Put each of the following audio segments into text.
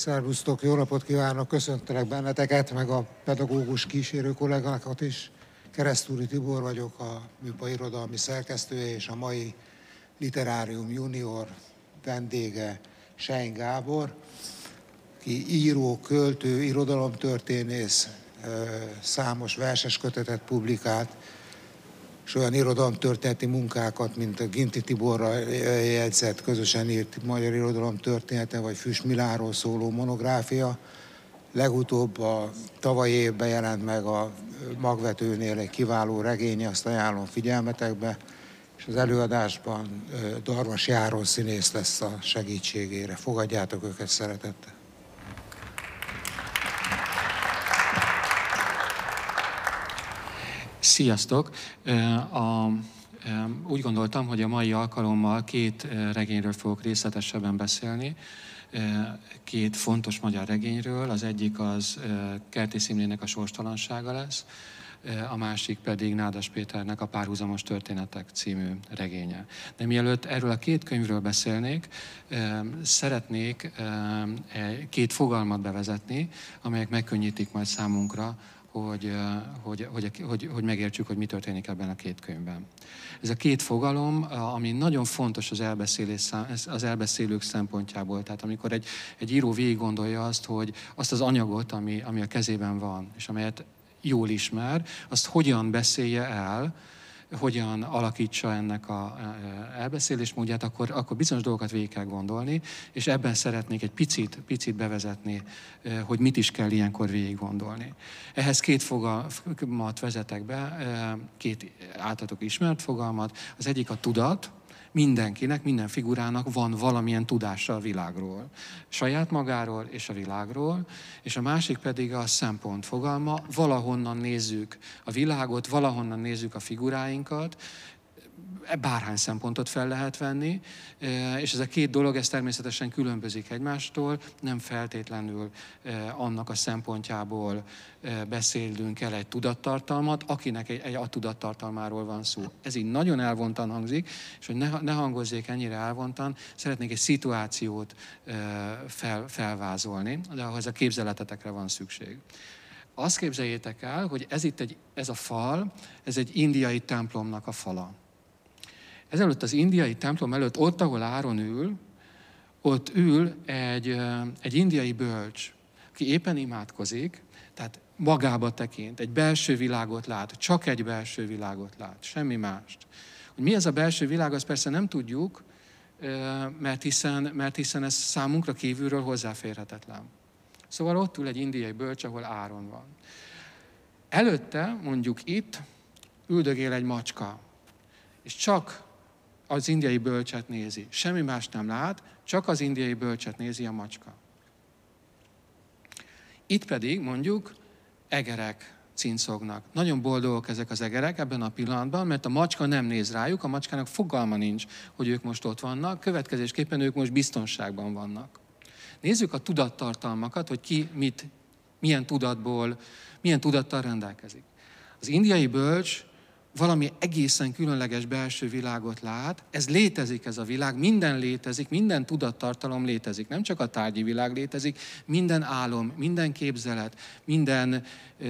Szervusztok, jó napot kívánok, köszöntelek benneteket, meg a pedagógus kísérő kollégákat is. Keresztúri Tibor vagyok, a Műpa irodalmi szerkesztője, és a mai Literárium Junior vendége Sein Gábor, ki író, költő, irodalomtörténész, számos verses kötetet publikált, és olyan irodalomtörténeti munkákat, mint a Ginti Tiborral jegyzett, közösen írt magyar irodalomtörténete, vagy Füst Milánról szóló monográfia. Legutóbb a tavalyi évben jelent meg a Magvetőnél egy kiváló regénye, azt ajánlom figyelmetekbe, és az előadásban Darvas Járon színész lesz a segítségére. Fogadjátok őket szeretettel. Sziasztok! Úgy gondoltam, hogy a mai alkalommal két regényről fogok részletesebben beszélni. Két fontos magyar regényről. Az egyik az Kertész Imrének a Sorstalansága lesz, a másik pedig Nádas Péternek a Párhuzamos történetek című regénye. De mielőtt erről a két könyvről beszélnék, szeretnék két fogalmat bevezetni, amelyek megkönnyítik majd számunkra, hogy megértsük, hogy mi történik ebben a két könyvben. Ez a két fogalom, ami nagyon fontos az elbeszélők szempontjából. Tehát amikor egy író végig gondolja azt az anyagot, ami a kezében van, és amelyet jól ismer, azt hogyan beszélje el, hogyan alakítsa ennek az elbeszélésmódját, akkor bizonyos dolgokat végig kell gondolni, és ebben szeretnék egy picit bevezetni, hogy mit is kell ilyenkor végig gondolni. Ehhez két fogalmat vezetek be, két általatok ismert fogalmat. Az egyik a tudat. Mindenkinek, minden figurának van valamilyen tudása a világról. Saját magáról és a világról, és a másik pedig a szempont fogalma. Valahonnan nézzük a világot, valahonnan nézzük a figuráinkat, bárhány szempontot fel lehet venni, és ez a két dolog, ez természetesen különbözik egymástól, nem feltétlenül annak a szempontjából beszélünk el egy tudattartalmat, akinek a tudattartalmáról van szó. Ez így nagyon elvontan hangzik, és hogy ne hangozzék ennyire elvontan, szeretnék egy szituációt felvázolni, de ahhoz a képzeletetekre van szükség. Azt képzeljétek el, hogy ez a fal, ez egy indiai templomnak a fala. Ezelőtt az indiai templom előtt, ott, ahol Áron ül, ott ül egy indiai bölcs, aki éppen imádkozik, tehát magába tekint, egy belső világot lát, csak egy belső világot lát, semmi mást. Hogy mi ez a belső világ, azt persze nem tudjuk, mert hiszen ez számunkra kívülről hozzáférhetetlen. Szóval ott ül egy indiai bölcs, ahol Áron van. Előtte, mondjuk itt, üldögél egy macska, és csak az indiai bölcset nézi. Semmi más nem lát, csak az indiai bölcset nézi a macska. Itt pedig mondjuk egerek cincognak. Nagyon boldogok ezek az egerek ebben a pillanatban, mert a macska nem néz rájuk, a macskának fogalma nincs, hogy ők most ott vannak, következésképpen ők most biztonságban vannak. Nézzük a tudattartalmakat, hogy ki milyen tudattal rendelkezik. Az indiai bölcs valami egészen különleges belső világot lát, ez létezik, ez a világ, minden létezik, minden tudattartalom létezik, nem csak a tárgyi világ létezik, minden álom, minden képzelet, minden,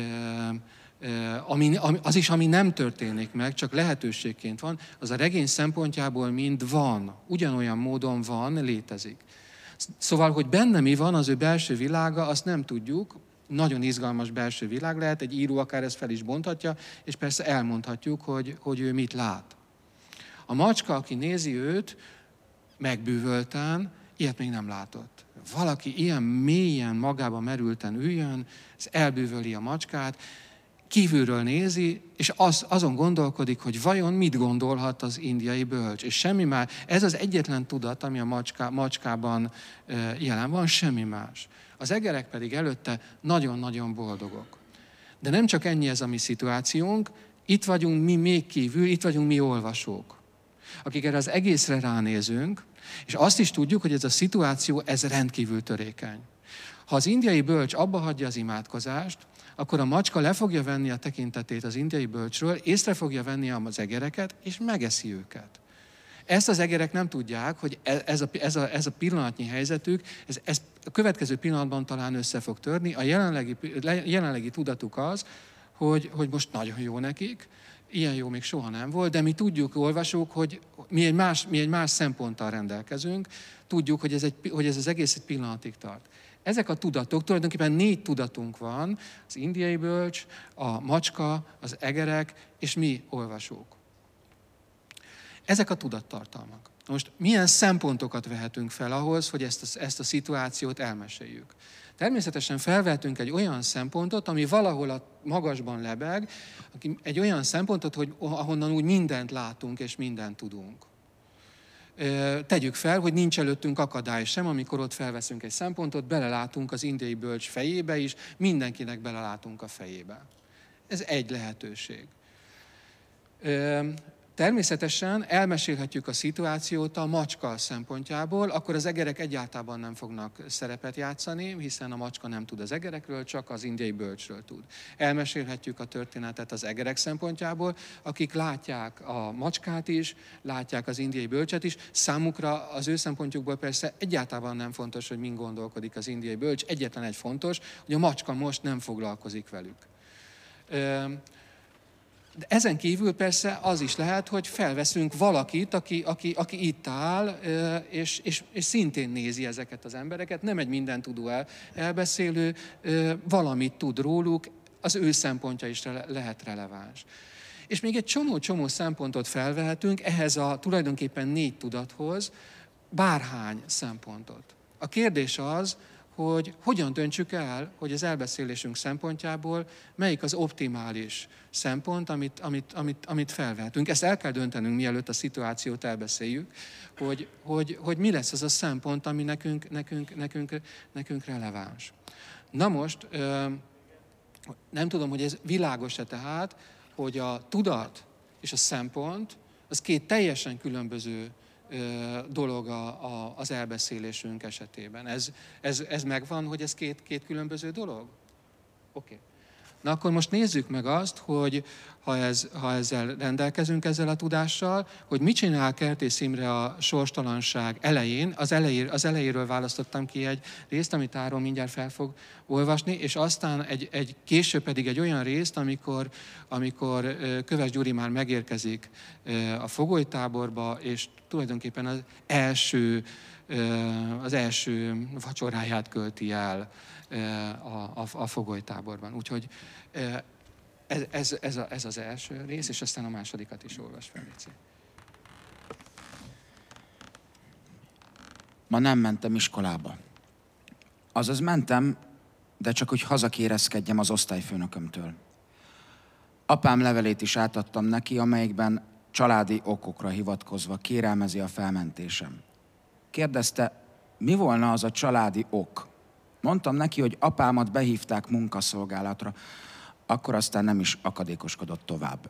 az is, ami nem történik meg, csak lehetőségként van, az a regény szempontjából mind van, ugyanolyan módon van, létezik. Szóval, hogy benne mi van, az ő belső világa, azt nem tudjuk, nagyon izgalmas belső világ lehet, egy író akár ezt fel is bonthatja, és persze elmondhatjuk, hogy ő mit lát. A macska, aki nézi őt, megbűvölten, ilyet még nem látott. Valaki ilyen mélyen, magába merülten üljön, ez elbűvöli a macskát, kívülről nézi, és azon gondolkodik, hogy vajon mit gondolhat az indiai bölcs. És semmi más. Ez az egyetlen tudat, ami a macskában jelen van, semmi más. Az egerek pedig előtte nagyon-nagyon boldogok. De nem csak ennyi ez a mi szituációnk, itt vagyunk mi még kívül, itt vagyunk mi olvasók, akik erre az egészre ránézünk, és azt is tudjuk, hogy ez a szituáció, ez rendkívül törékeny. Ha az indiai bölcs abba hagyja az imádkozást, akkor a macska le fogja venni a tekintetét az indiai bölcsről, észre fogja venni az egereket, és megeszi őket. Ezt az egerek nem tudják, hogy ez a pillanatnyi helyzetük, ez a következő pillanatban talán össze fog törni. A jelenlegi tudatuk az, hogy most nagyon jó nekik, ilyen jó még soha nem volt, de mi tudjuk, olvasók, hogy mi egy más szemponttal rendelkezünk, tudjuk, hogy ez az egész egy pillanatig tart. Ezek a tudatok, tulajdonképpen 4 tudatunk van, az indiai bölcs, a macska, az egerek, és mi olvasók. Ezek a tudattartalmak. Most milyen szempontokat vehetünk fel ahhoz, hogy ezt a szituációt elmeséljük? Természetesen felvehetünk egy olyan szempontot, ami valahol a magasban lebeg, egy olyan szempontot, hogy ahonnan úgy mindent látunk és mindent tudunk. Tegyük fel, hogy nincs előttünk akadály sem, amikor ott felveszünk egy szempontot, belelátunk az indiai bölcs fejébe is, mindenkinek belelátunk a fejébe. Ez egy lehetőség. Természetesen elmesélhetjük a szituációt a macska szempontjából, akkor az egerek egyáltalán nem fognak szerepet játszani, hiszen a macska nem tud az egerekről, csak az indiai bölcsről tud. Elmesélhetjük a történetet az egerek szempontjából, akik látják a macskát is, látják az indiai bölcset is, számukra az ő szempontjukból persze egyáltalán nem fontos, hogy min gondolkodik az indiai bölcs, egyetlen egy fontos, hogy a macska most nem foglalkozik velük. De ezen kívül persze az is lehet, hogy felveszünk valakit, aki itt áll, és szintén nézi ezeket az embereket, nem egy mindentudó elbeszélő, valamit tud róluk, az ő szempontja is lehet releváns. És még egy csomó szempontot felvehetünk ehhez a tulajdonképpen 4 tudathoz, bárhány szempontot. A kérdés az, hogy hogyan döntsük el, hogy az elbeszélésünk szempontjából melyik az optimális szempont, amit felvehetünk. Ezt el kell döntenünk, mielőtt a szituációt elbeszéljük, hogy mi lesz az a szempont, ami nekünk releváns. Na most, nem tudom, hogy ez világos-e tehát, hogy a tudat és a szempont, az 2 teljesen különböző dolog az elbeszélésünk esetében. Ez megvan, hogy ez két különböző dolog? Oké. Na akkor most nézzük meg azt, hogy ha ezzel rendelkezünk, ezzel a tudással, hogy mit csinál Kertész Imre a sorstalanság elején. Az elejéről választottam ki egy részt, amit Áron mindjárt fel fog olvasni, és aztán később pedig egy olyan részt, amikor Köves Gyuri már megérkezik a fogolytáborba, és tulajdonképpen az első vacsoráját költi el a fogolytáborban. Úgyhogy ez az első rész, és aztán a másodikat is olvas fel, Léci. Ma nem mentem iskolába. Azaz mentem, de csak hogy hazakérezkedjem az osztályfőnökömtől. Apám levelét is átadtam neki, amelyikben családi okokra hivatkozva kérelmezi a felmentésem. Kérdezte, mi volna az a családi ok? Mondtam neki, hogy apámat behívták munkaszolgálatra, akkor aztán nem is akadékoskodott tovább.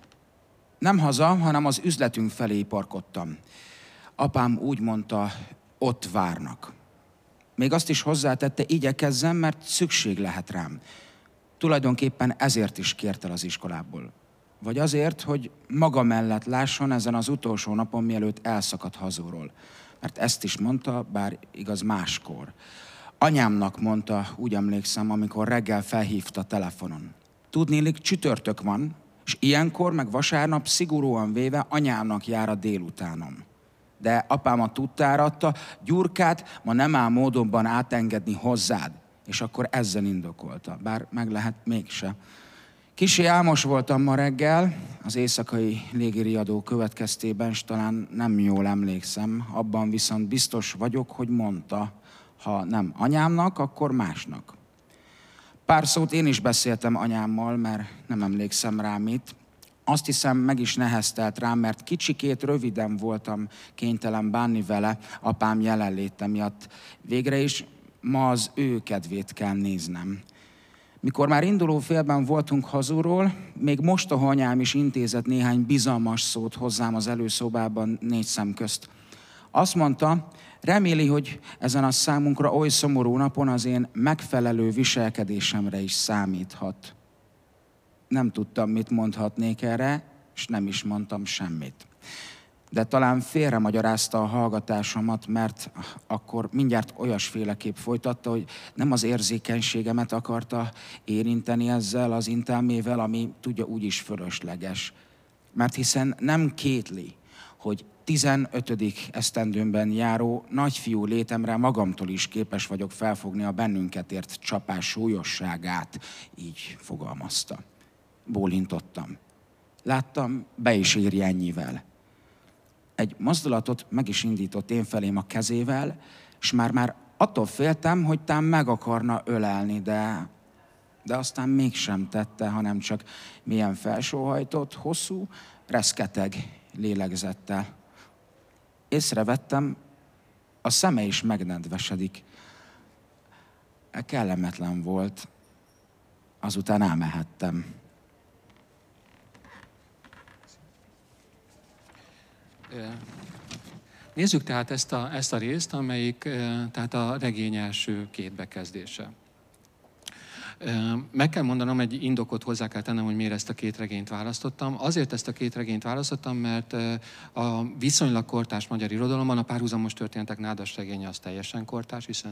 Nem haza, hanem az üzletünk felé parkodtam. Apám úgy mondta, ott várnak. Még azt is hozzátette, igyekezzem, mert szükség lehet rám. Tulajdonképpen ezért is kért el az iskolából. Vagy azért, hogy maga mellett lásson ezen az utolsó napon, mielőtt elszakad hazúról. Mert ezt is mondta, bár igaz máskor. Anyámnak mondta, úgy emlékszem, amikor reggel felhívta telefonon. Tudnélik, csütörtök van, és ilyenkor, meg vasárnap szigorúan véve anyámnak jár a délutánom. De apámat tudtára adta, Gyurkát ma nem áll módonban átengedni hozzád. És akkor ezzel indokolta, bár meg lehet mégse. Kissé álmos voltam ma reggel, az éjszakai légiriadó következtében, s talán nem jól emlékszem, abban viszont biztos vagyok, hogy mondta, ha nem anyámnak, akkor másnak. Pár szót én is beszéltem anyámmal, mert nem emlékszem rá mit. Azt hiszem, meg is neheztelt rám, mert kicsikét röviden voltam kénytelen bánni vele apám jelenléte miatt. Végre is ma az ő kedvét kell néznem. Mikor már induló félben voltunk hazúról, még mostoha anyám is intézett néhány bizalmas szót hozzám az előszobában 4 szem közt. Azt mondta, reméli, hogy ezen a számunkra oly szomorú napon az én megfelelő viselkedésemre is számíthat. Nem tudtam, mit mondhatnék erre, és nem is mondtam semmit. de talán félremagyarázta a hallgatásomat, mert akkor mindjárt olyasféleképp folytatta, hogy nem az érzékenységemet akarta érinteni ezzel az intelmével, ami tudja úgyis fölösleges. Mert hiszen nem kétli, hogy 15. esztendőmben járó nagyfiú létemre magamtól is képes vagyok felfogni a bennünket ért csapás súlyosságát, így fogalmazta. Bólintottam. Láttam, be is éri ennyivel. Egy mozdulatot meg is indított én felém a kezével, és már attól féltem, hogy tám meg akarna ölelni, de aztán mégsem tette, hanem csak mélyen felsóhajtott, hosszú, reszketeg lélegzettel. Észrevettem, a szeme is megnedvesedik. Kellemetlen volt, azután elmehettem. Nézzük tehát ezt a részt, amelyik tehát a regény első két bekezdése. Meg kell mondanom, egy indokot hozzá kell tennem, hogy miért ezt a két regényt választottam. Azért ezt a két regényt választottam, mert a viszonylag kortárs magyar irodalomban a párhuzamos történetek nádas regénye az teljesen kortárs, hiszen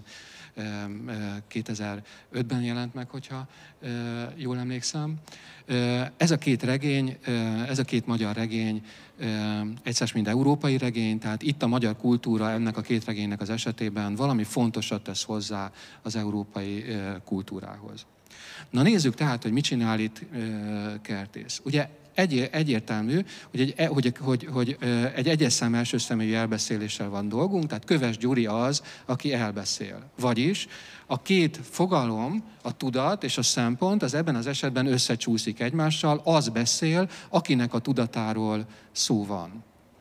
2005-ben jelent meg, hogyha jól emlékszem. Ez a két regény, ez a két magyar regény egyszer mind európai regény, tehát itt a magyar kultúra ennek a két regénynek az esetében valami fontosat tesz hozzá az európai kultúrához. Na nézzük tehát, hogy mit csinál itt Kertész. Ugye egyértelmű, hogy egy egyes szám első személyű elbeszéléssel van dolgunk, tehát Köves Gyuri az, aki elbeszél. Vagyis a két fogalom, a tudat és a szempont, az ebben az esetben összecsúszik egymással, az beszél, akinek a tudatáról szó van.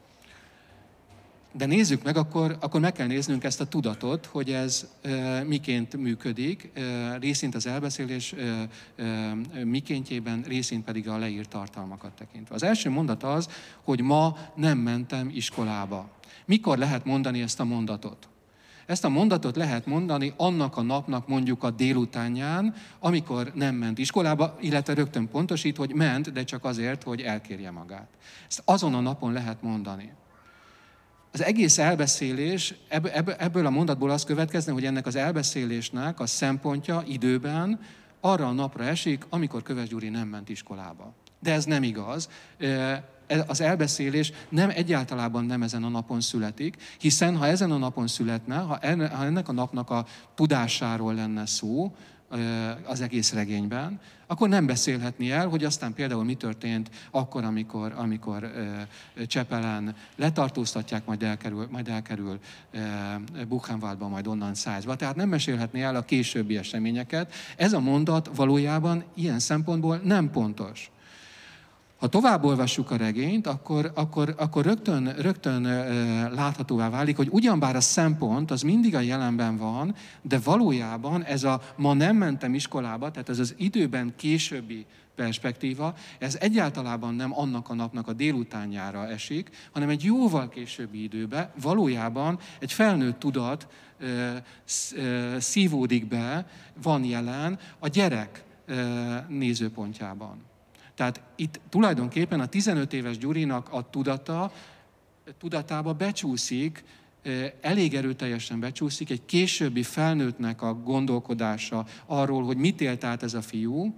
De nézzük meg, akkor meg kell néznünk ezt a tudatot, hogy ez miként működik, részint az elbeszélés mikéntjében, részint pedig a leírt tartalmakat tekintve. Az első mondat az, hogy ma nem mentem iskolába. Mikor lehet mondani ezt a mondatot? Ezt a mondatot lehet mondani annak a napnak mondjuk a délutánján, amikor nem ment iskolába, illetve rögtön pontosít, hogy ment, de csak azért, hogy elkérje magát. Ezt azon a napon lehet mondani. Az egész elbeszélés, ebből a mondatból az következne, hogy ennek az elbeszélésnek a szempontja időben arra a napra esik, amikor Köves Gyuri nem ment iskolába. De ez nem igaz. Az elbeszélés egyáltalában nem ezen a napon születik, hiszen ha ezen a napon születne, ha ennek a napnak a tudásáról lenne szó az egész regényben, akkor nem beszélhetni el, hogy aztán például mi történt akkor, amikor Csepelen letartóztatják, majd elkerül Buchenwaldba, majd onnan Szájzba. Tehát nem mesélhetni el a későbbi eseményeket. Ez a mondat valójában ilyen szempontból nem pontos. Ha tovább olvassuk a regényt, akkor rögtön láthatóvá válik, hogy ugyanbár a szempont az mindig a jelenben van, de valójában ez a ma nem mentem iskolába, tehát ez az időben későbbi perspektíva, ez egyáltalán nem annak a napnak a délutánjára esik, hanem egy jóval későbbi időben valójában egy felnőtt tudat szívódik be, van jelen a gyerek nézőpontjában. Tehát itt tulajdonképpen a 15 éves Gyurinak a tudatába becsúszik, elég erőteljesen becsúszik egy későbbi felnőttnek a gondolkodása arról, hogy mit élt át ez a fiú,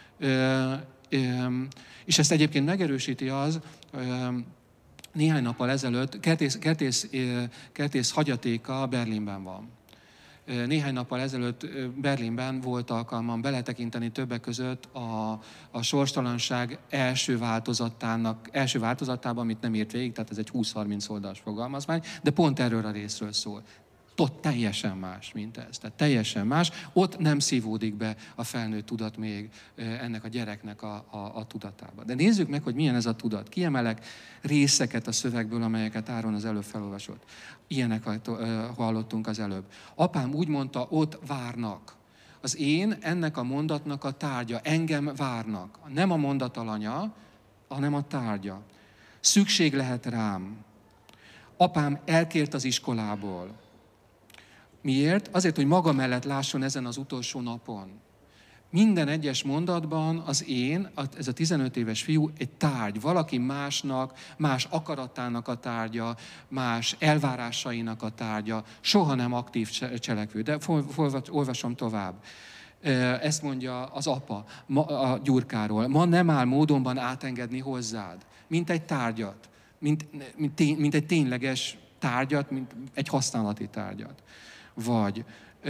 és ezt egyébként megerősíti az, néhány nappal ezelőtt Kertész hagyatéka Berlinben van. Néhány nappal ezelőtt Berlinben volt alkalmam beletekinteni többek között a sorstalanság első változatában, amit nem írt végig, tehát ez egy 20-30 oldalas fogalmazmány, de pont erről a részről szól. Ott teljesen más, mint ez. Tehát teljesen más. Ott nem szívódik be a felnőtt tudat még ennek a gyereknek a tudatába. De nézzük meg, hogy milyen ez a tudat. Kiemelek részeket a szövegből, amelyeket Áron az előbb felolvasott. Ilyeneket hallottunk az előbb. Apám úgy mondta, ott várnak. Az én ennek a mondatnak a tárgya. Engem várnak. Nem a mondat alanya, hanem a tárgya. Szükség lehet rám. Apám elkért az iskolából. Miért? Azért, hogy maga mellett lásson ezen az utolsó napon. Minden egyes mondatban az én, ez a 15 éves fiú egy tárgy, valaki másnak, más akaratának a tárgya, más elvárásainak a tárgya, soha nem aktív cselekvő. De olvasom tovább. Ezt mondja az apa a Gyurkáról. Ma nem áll módonban átengedni hozzád, mint egy tárgyat, mint egy tényleges tárgyat, mint egy használati tárgyat. Vagy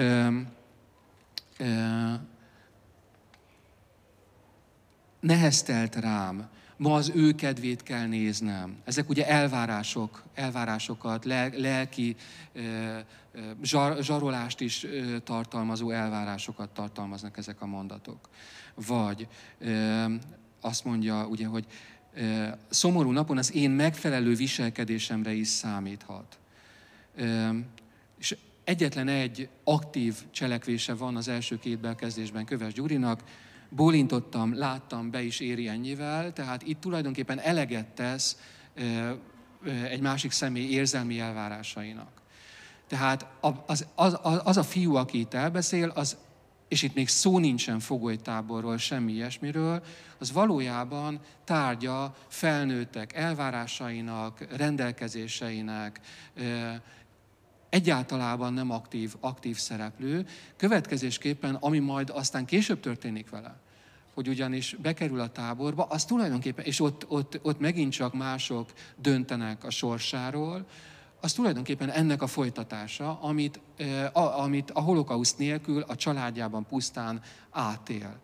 neheztelt rám, ma az ő kedvét kell néznem. Ezek ugye elvárásokat, lelki zsarolást is tartalmazó elvárásokat tartalmaznak ezek a mondatok. Vagy azt mondja, ugye, hogy szomorú napon az én megfelelő viselkedésemre is számíthat. És egyetlen egy aktív cselekvése van az első két bekezdésben Köves Gyurinak, bólintottam, láttam, be is éri ennyivel, tehát itt tulajdonképpen eleget tesz egy másik személy érzelmi elvárásainak. Tehát az a fiú, aki itt elbeszél, és itt még szó nincsen fogolytáborról, semmi ilyesmiről, az valójában tárgya felnőttek elvárásainak, rendelkezéseinek, egyáltalában nem aktív szereplő. Következésképpen, ami majd aztán később történik vele, hogy ugyanis bekerül a táborba, az tulajdonképpen, és ott megint csak mások döntenek a sorsáról, az tulajdonképpen ennek a folytatása, amit a holokauszt nélkül a családjában pusztán átél.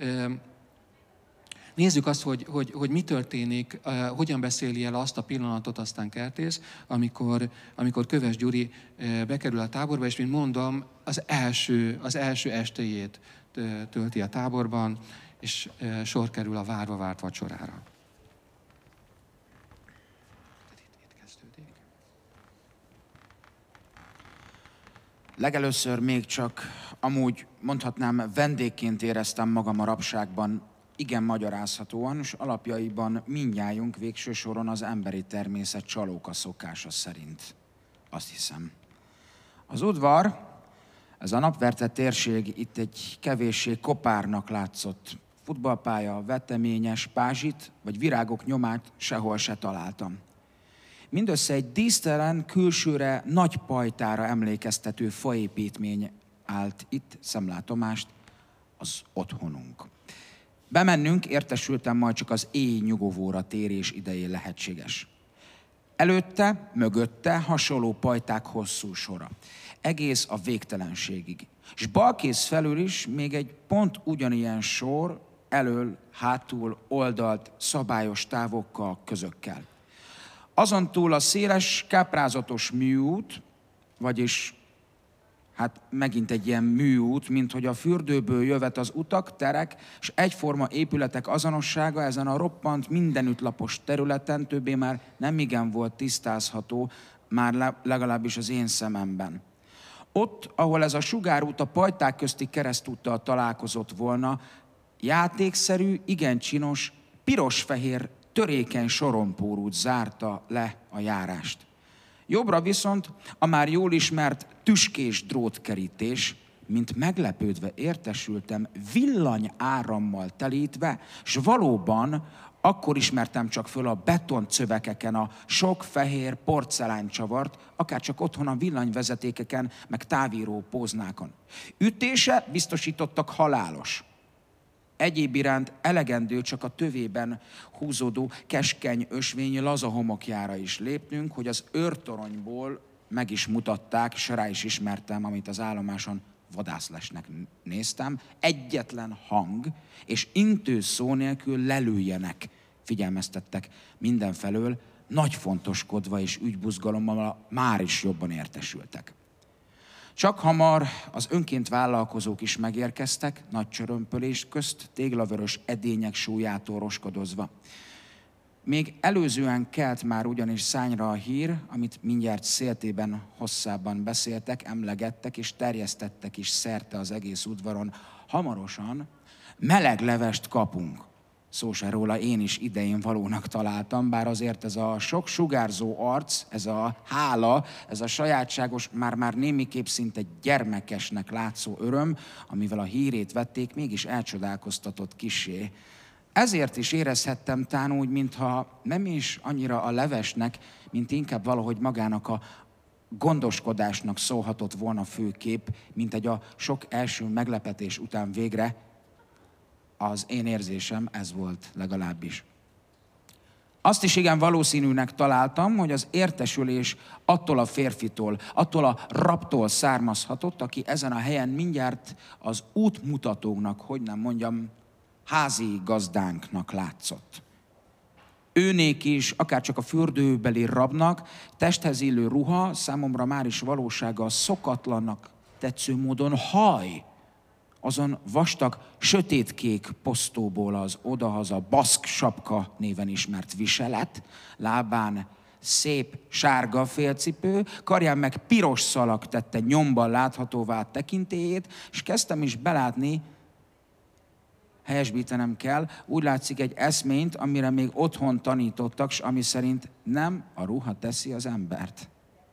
Nézzük azt, hogy mi történik, hogyan beszéli el azt a pillanatot aztán Kertész, amikor Köves Gyuri bekerül a táborba, és mint mondom, az első estéjét tölti a táborban, és sor kerül a várva várt vacsorára. Legelőször még csak, amúgy mondhatnám, vendégként éreztem magam a rabságban, igen magyarázhatóan, és alapjaiban mindnyájunk végső soron az emberi természet csalóka szokása szerint. Azt hiszem. Az udvar, ez a napverte térség itt egy kevéssé kopárnak látszott. Futballpálya, veteményes, pázsit vagy virágok nyomát sehol se találtam. Mindössze egy dísztelen, külsőre nagy pajtára emlékeztető faépítmény állt itt, szemlátomást, az otthonunk. Bemennünk, értesültem, majd csak az éj nyugovóra térés idején lehetséges. Előtte, mögötte hasonló pajták hosszú sora. Egész a végtelenségig. És balkész felül is még egy pont ugyanilyen sor, elől, hátul, oldalt, szabályos távokkal, közökkel. Azon túl a széles, káprázatos műút, vagyis hát megint egy ilyen műút, mint hogy a fürdőből jövet az utak, terek, és egyforma épületek azonossága ezen a roppant, mindenütt területen többé már nem igen volt tisztázható, már legalábbis az én szememben. Ott, ahol ez a sugárút a pajták közti keresztúttal találkozott volna, játékszerű, igen csinos, piros-fehér, törékeny sorompórút zárta le a járást. Jobbra viszont a már jól ismert tüskés drótkerítés, mint meglepődve értesültem, villanyárammal telítve, s valóban akkor ismertem csak föl a betoncövekeken a sok fehér porceláncsavart, akár csak otthon a villanyvezetékeken, meg távíró póznákon. Ütése biztosítottak halálos. Egyéb iránt elegendő csak a tövében húzódó keskeny ösvény laza homokjára is lépnünk, hogy az őrtoronyból meg is mutatták, s rá is ismertem, amit az állomáson vadászlesnek néztem, egyetlen hang és intő szó nélkül lelőjenek, figyelmeztettek mindenfelől, nagy fontoskodva és ügybuzgalommal már is jobban értesültek. Csak hamar az önként vállalkozók is megérkeztek, nagy csörömpölés közt, téglavörös edények súlyától roskodozva. Még előzően kelt már ugyanis szányra a hír, amit mindjárt széltében hosszában beszéltek, emlegettek és terjesztettek is szerte az egész udvaron. Hamarosan meleg levest kapunk. szó se róla, én is idején valónak találtam, bár azért ez a sok sugárzó arc, ez a hála, ez a sajátságos, már némiképp szinte gyermekesnek látszó öröm, amivel a hírét vették, mégis elcsodálkoztatott kissé. Ezért is érezhettem tán úgy, mintha nem is annyira a levesnek, mint inkább valahogy magának a gondoskodásnak szólhatott volna főkép, mint egy a sok első meglepetés után végre. Az én érzésem ez volt legalábbis. Azt is igen valószínűnek találtam, hogy az értesülés attól a férfitől, attól a rabtól származhatott, aki ezen a helyen mindjárt az útmutatónak, hogy nem mondjam, házi gazdánknak látszott. Őnék is, akárcsak a fürdőbeli rabnak, testhez illő ruha, számomra már is valósága a szokatlannak tetsző módon haj, azon vastag, sötétkék posztóból az odahaza baszk sapka néven ismert viselet, lábán szép sárga félcipő, karján meg piros szalag tette nyomban láthatóvá tekintélyét, és kezdtem is belátni, helyesbítenem kell, úgy látszik egy eszményt, amire még otthon tanítottak, s ami szerint nem a ruha teszi az embert.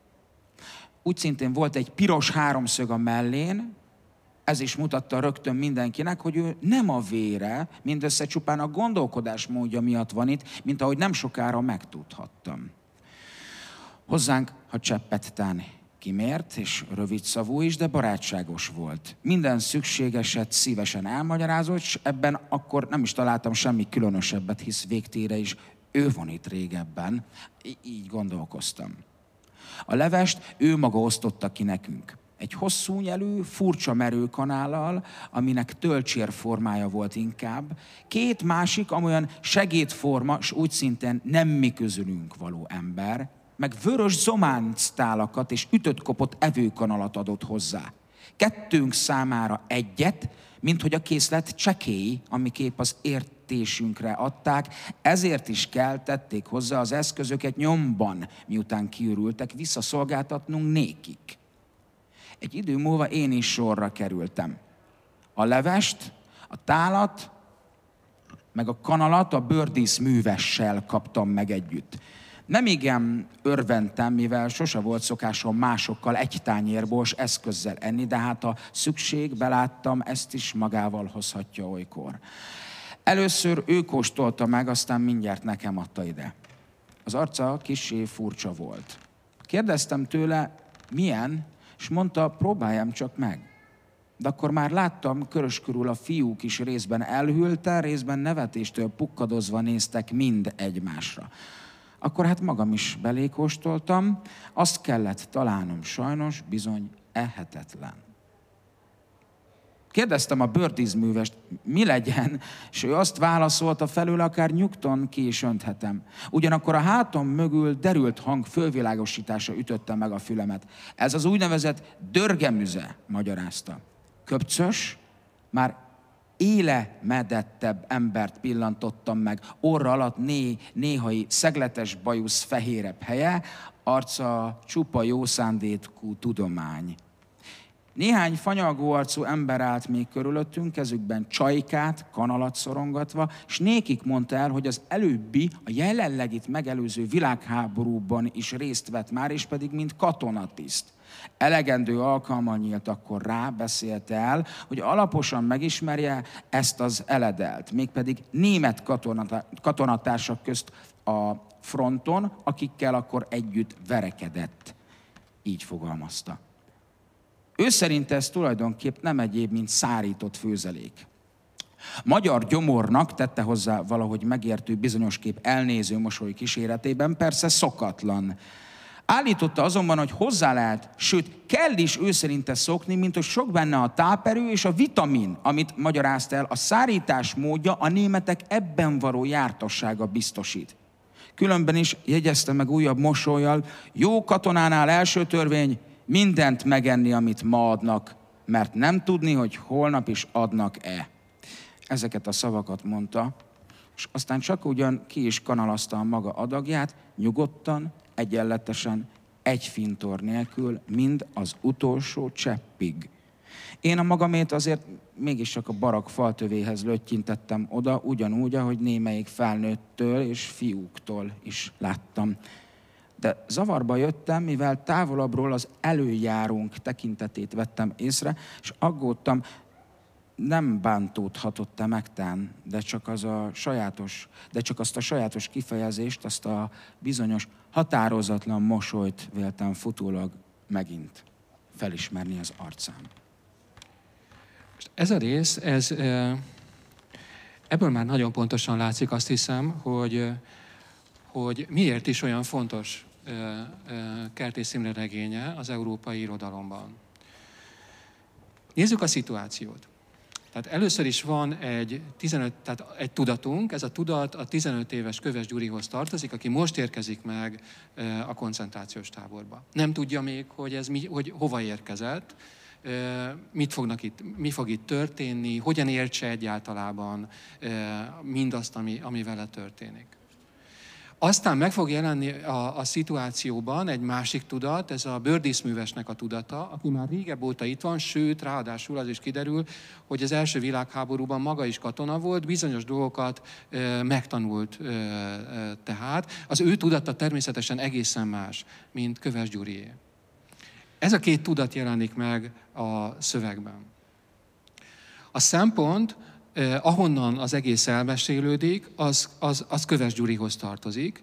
Úgy szintén volt egy piros háromszög a mellén, ez is mutatta rögtön mindenkinek, hogy ő nem a vére, mindössze csupán a gondolkodás módja miatt van itt, mint ahogy nem sokára megtudhattam. Hozzánk, ha cseppet-tán kimért és rövidszavú is, de barátságos volt. Minden szükségeset szívesen elmagyarázott, és ebben akkor nem is találtam semmi különösebbet, hisz végtére is ő van itt régebben. Így gondolkoztam. A levest ő maga osztotta ki nekünk. Egy hosszú nyelű, furcsa merőkanállal, aminek tölcsér formája volt inkább, két másik, amolyan segédforma, s úgy szintén nem mi közülünk való ember, meg vörös zománctálakat és ütött-kopott evőkanalat adott hozzá. Kettőnk számára egyet, minthogy a készlet csekély, amiképp az értésünkre adták, ezért is kell tették hozzá az eszközöket nyomban, miután kiürültek, visszaszolgáltatnunk nékik. Egy idő múlva én is sorra kerültem. A levest, a tálat, meg a kanalat a bőrdísz művessel kaptam meg együtt. Nem igen örventem, mivel sose volt szokásom másokkal egy tányérból s eszközzel enni, de hát a szükség, beláttam, ezt is magával hozhatja olykor. Először ő kóstolta meg, aztán mindjárt nekem adta ide. Az arca kissé furcsa volt. Kérdeztem tőle, milyen, és mondta, próbáljam csak meg. De akkor már láttam, körös körül a fiúk is részben elhűlten, részben nevetéstől pukkadozva néztek mind egymásra. Akkor hát magam is belékóstoltam, azt kellett találnom sajnos, bizony ehetetlen. Kérdeztem a bőrdíszművest, mi legyen, és ő azt válaszolta felőle, akár nyugton ki is önthetem. Ugyanakkor a hátam mögül derült hang fölvilágosítása ütötte meg a fülemet. Ez az úgynevezett dörgemüze, magyarázta. Köpcös, már élemedettebb embert pillantottam meg, orra alatt néhai szegletes bajusz fehérebb helye, arca csupa jószándékú tudomány. Néhány fanyalgó arcú ember állt még körülöttünk, kezükben csajkát, kanalat szorongatva, s nékik mondta el, hogy az előbbi, a jelenlegit megelőző világháborúban is részt vett már, és pedig mint katonatiszt. Elegendő alkalma nyílt akkor rá, beszélte el, hogy alaposan megismerje ezt az eledelt, mégpedig német katonatársak közt a fronton, akikkel akkor együtt verekedett. Így fogalmazta. Ő szerint ez tulajdonképp nem egyéb, mint szárított főzelék. Magyar gyomornak tette hozzá valahogy megértő bizonyosképp elnéző mosoly kíséretében, persze szokatlan. Állította azonban, hogy hozzá lehet, sőt kell is ő szerinte szokni, mint hogy sok benne a táperő és a vitamin, amit magyarázta el, a szárítás módja a németek ebben való jártassága biztosít. Különben is jegyezte meg újabb mosollyal, jó katonánál első törvény, mindent megenni, amit ma adnak, mert nem tudni, hogy holnap is adnak-e. Ezeket a szavakat mondta, és aztán csak ugyan ki is kanalazta a maga adagját, nyugodtan, egyenletesen, egy fintor nélkül, mind az utolsó cseppig. Én a magamét azért mégiscsak a barak faltövéhez löttyintettem oda, ugyanúgy, ahogy némelyik felnőttől és fiúktól is láttam. De zavarba jöttem, mivel távolabbról az előjárónk tekintetét vettem észre, és aggódtam, nem bántódhatott-e megtán, de csak azt a sajátos kifejezést, azt a bizonyos határozatlan mosolyt véltem futólag megint felismerni az arcán. Ez a rész, ebből már nagyon pontosan látszik, azt hiszem, hogy miért is olyan fontos Kertész Imre regénye az európai irodalomban. Nézzük a szituációt. Tehát először is van egy tudatunk, ez a tudat a 15 éves Köves Gyurihoz tartozik, aki most érkezik meg a koncentrációs táborba. Nem tudja még, hogy hova érkezett, mi fog itt történni, hogyan értse egyáltalában mindazt, ami vele történik. Aztán meg fog jelenni a szituációban egy másik tudat, ez a bőrdíszművesnek a tudata, aki már régebb óta itt van, sőt, ráadásul az is kiderül, hogy az első világháborúban maga is katona volt, bizonyos dolgokat megtanult tehát. Az ő tudata természetesen egészen más, mint Köves Gyurié. Ez a két tudat jelenik meg a szövegben. A szempont, ahonnan az egész elmesélődik, az Köves Gyurihoz tartozik,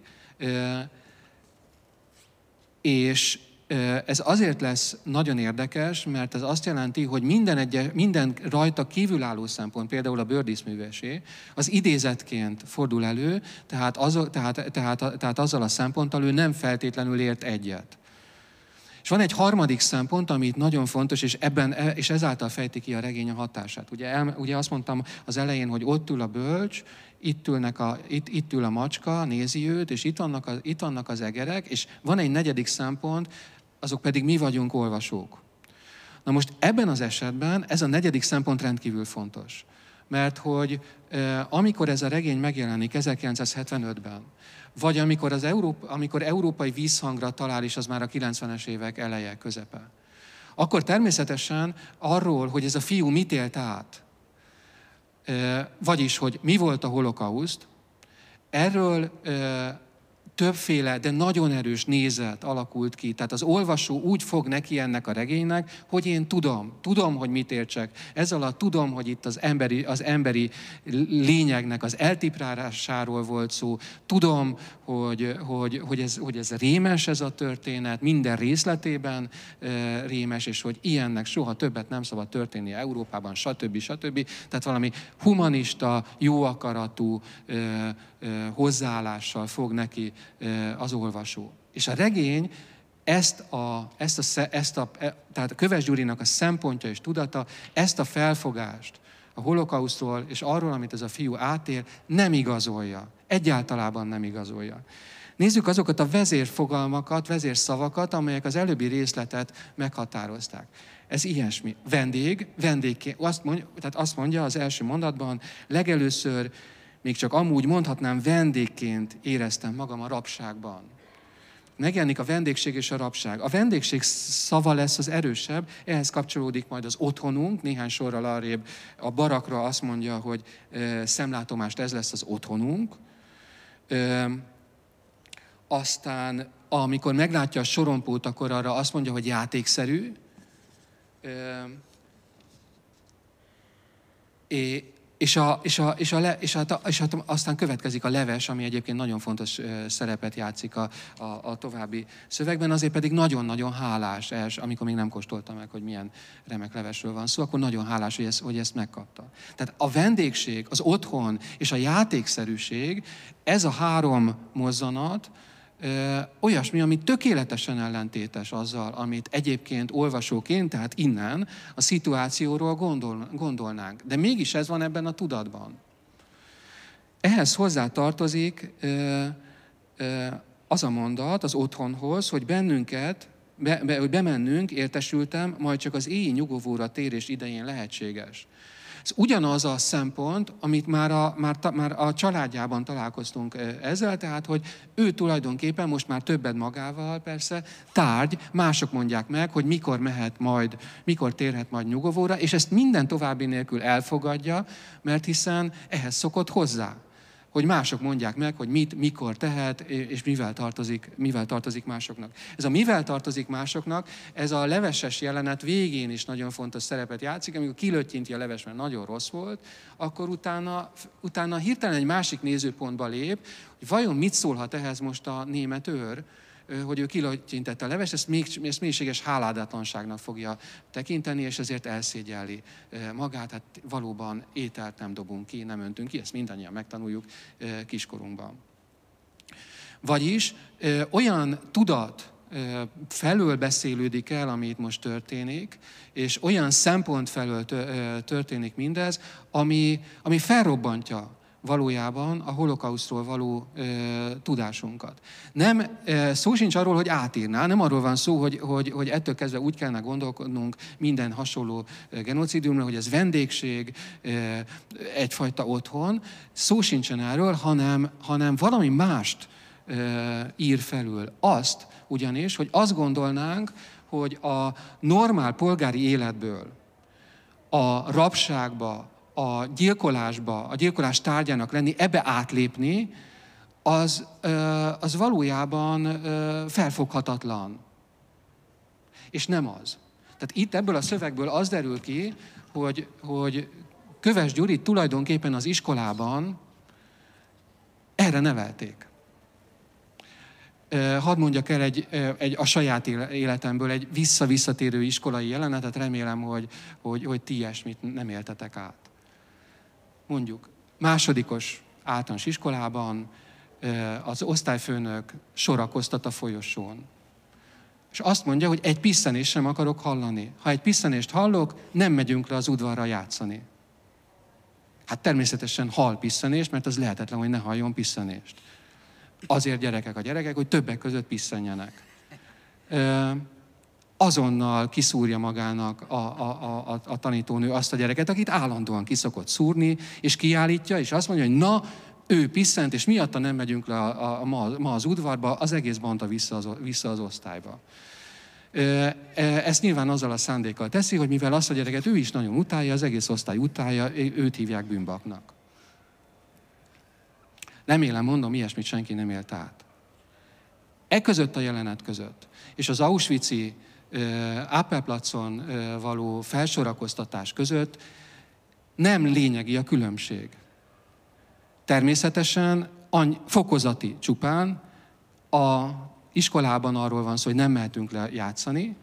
és ez azért lesz nagyon érdekes, mert ez azt jelenti, hogy minden rajta kívülálló szempont, például a bőrdíszművesé, az idézetként fordul elő, tehát azzal a szemponttal ő nem feltétlenül ért egyet. És van egy harmadik szempont, ami itt nagyon fontos, és ezáltal fejti ki a regény a hatását. Ugye azt mondtam az elején, hogy ott ül a bölcs, itt ül a macska, nézi őt, és itt vannak az egerek, és van egy negyedik szempont, azok pedig mi vagyunk olvasók. Na most ebben az esetben ez a negyedik szempont rendkívül fontos. Mert hogy amikor ez a regény megjelenik 1975-ben, vagy amikor európai vízhangra talál, és az már a 90-es évek eleje, közepe, akkor természetesen arról, hogy ez a fiú mit élt át, vagyis, hogy mi volt a holokauszt, erről többféle, de nagyon erős nézet alakult ki. Tehát az olvasó úgy fog neki ennek a regénynek, hogy én tudom, hogy mit értsek. Ez alatt tudom, hogy itt az emberi lényegnek az eltiprálásáról volt szó. Tudom, hogy ez rémes ez a történet, minden részletében rémes, és hogy ilyennek soha többet nem szabad történnie Európában, stb. Tehát valami humanista, jóakaratú hozzáállással fog neki az olvasó. És a regény tehát Köves Gyurinak a szempontja és tudata ezt a felfogást a holokausztról és arról, amit ez a fiú átél, nem igazolja. Egyáltalában nem igazolja. Nézzük azokat a vezérfogalmakat, vezérszavakat, amelyek az előbbi részletet meghatározták. Ez ilyesmi. Vendégként, tehát azt mondja az első mondatban, legelőször még csak amúgy mondhatnám, vendégként éreztem magam a rabságban. Megjelenik a vendégség és a rabság. A vendégség szava lesz az erősebb, ehhez kapcsolódik majd az otthonunk, néhány sorral arrébb a barakra azt mondja, hogy szemlátomást, ez lesz az otthonunk. Aztán, amikor meglátja a sorompót, akkor arra azt mondja, hogy játékszerű. És aztán következik a leves, ami egyébként nagyon fontos szerepet játszik a további szövegben, azért pedig nagyon-nagyon hálás, amikor még nem kóstolta meg, hogy milyen remek levesről van szó, akkor nagyon hálás, hogy ezt megkapta. Tehát a vendégség, az otthon és a játékszerűség, ez a három mozzanat, olyasmi, ami tökéletesen ellentétes azzal, amit egyébként olvasóként, tehát innen a szituációról gondolnánk. De mégis ez van ebben a tudatban. Ehhez hozzá tartozik az a mondat az otthonhoz, hogy hogy bemennünk, értesültem, majd csak az éji nyugovóra térés idején lehetséges. Ez ugyanaz a szempont, amit már a családjában találkoztunk ezzel, tehát, hogy ő tulajdonképpen most már többet magával, persze, tárgy, mások mondják meg, hogy mikor térhet majd nyugovóra, és ezt minden további nélkül elfogadja, mert hiszen ehhez szokott hozzá. Hogy mások mondják meg, hogy mit, mikor tehet, és mivel tartozik másoknak. Ez a mivel tartozik másoknak, ez a leveses jelenet végén is nagyon fontos szerepet játszik, amikor kilöttyinti a leves, mert nagyon rossz volt, akkor utána hirtelen egy másik nézőpontba lép, hogy vajon mit szólhat ehhez most a német őr, hogy ő kilöttyintette a leves, ezt mélységes háládatlanságnak fogja tekinteni, és ezért elszégyelli magát. Hát valóban ételt nem dobunk ki, nem öntünk ki, ezt mindannyian megtanuljuk kiskorunkban. Vagyis olyan tudat felől beszélődik el, ami itt most történik, és olyan szempont felől történik mindez, ami felrobbantja valójában a holokausztról való tudásunkat. Nem, szó sincs arról, hogy átírná, nem arról van szó, hogy ettől kezdve úgy kellene gondolkodnunk minden hasonló genocidiumra, hogy ez vendégség, egyfajta otthon. Szó sincsen erről, hanem valami mást ír felül. Azt ugyanis, hogy azt gondolnánk, hogy a normál polgári életből a rabságba, a gyilkolásba, a gyilkolás tárgyának lenni, ebbe átlépni, az valójában felfoghatatlan. És nem az. Tehát itt ebből a szövegből az derül ki, hogy Köves Gyurit tulajdonképpen az iskolában erre nevelték. Hadd mondjak el a saját életemből egy visszatérő iskolai jelenetet, remélem, hogy ti ilyesmit nem éltetek át. Mondjuk, másodikos általános iskolában az osztályfőnök sorakoztat a folyosón. És azt mondja, hogy egy pisszenést sem akarok hallani. Ha egy pisszenést hallok, nem megyünk le az udvarra játszani. Hát természetesen hall pisszenést, mert az lehetetlen, hogy ne halljon pisszenést. Azért gyerekek, hogy többek között pisszenjenek. Azonnal kiszúrja magának a tanítónő azt a gyereket, akit állandóan kiszokott szúrni, és kiállítja, és azt mondja, hogy na, ő pisszent, és miatta nem megyünk le ma az udvarba, az egész banda vissza az osztályba. Ezt nyilván azzal a szándékkal teszi, hogy mivel azt a gyereket ő is nagyon utálja, az egész osztály utálja, őt hívják bűnbaknak. Remélem, mondom, ilyesmit senki nem élt át. Között a jelenet között, és az auschwitzi Appelplatzon való felsorakoztatás között nem lényegi a különbség. Természetesen fokozati csupán, a iskolában arról van szó, hogy nem mehetünk le játszani,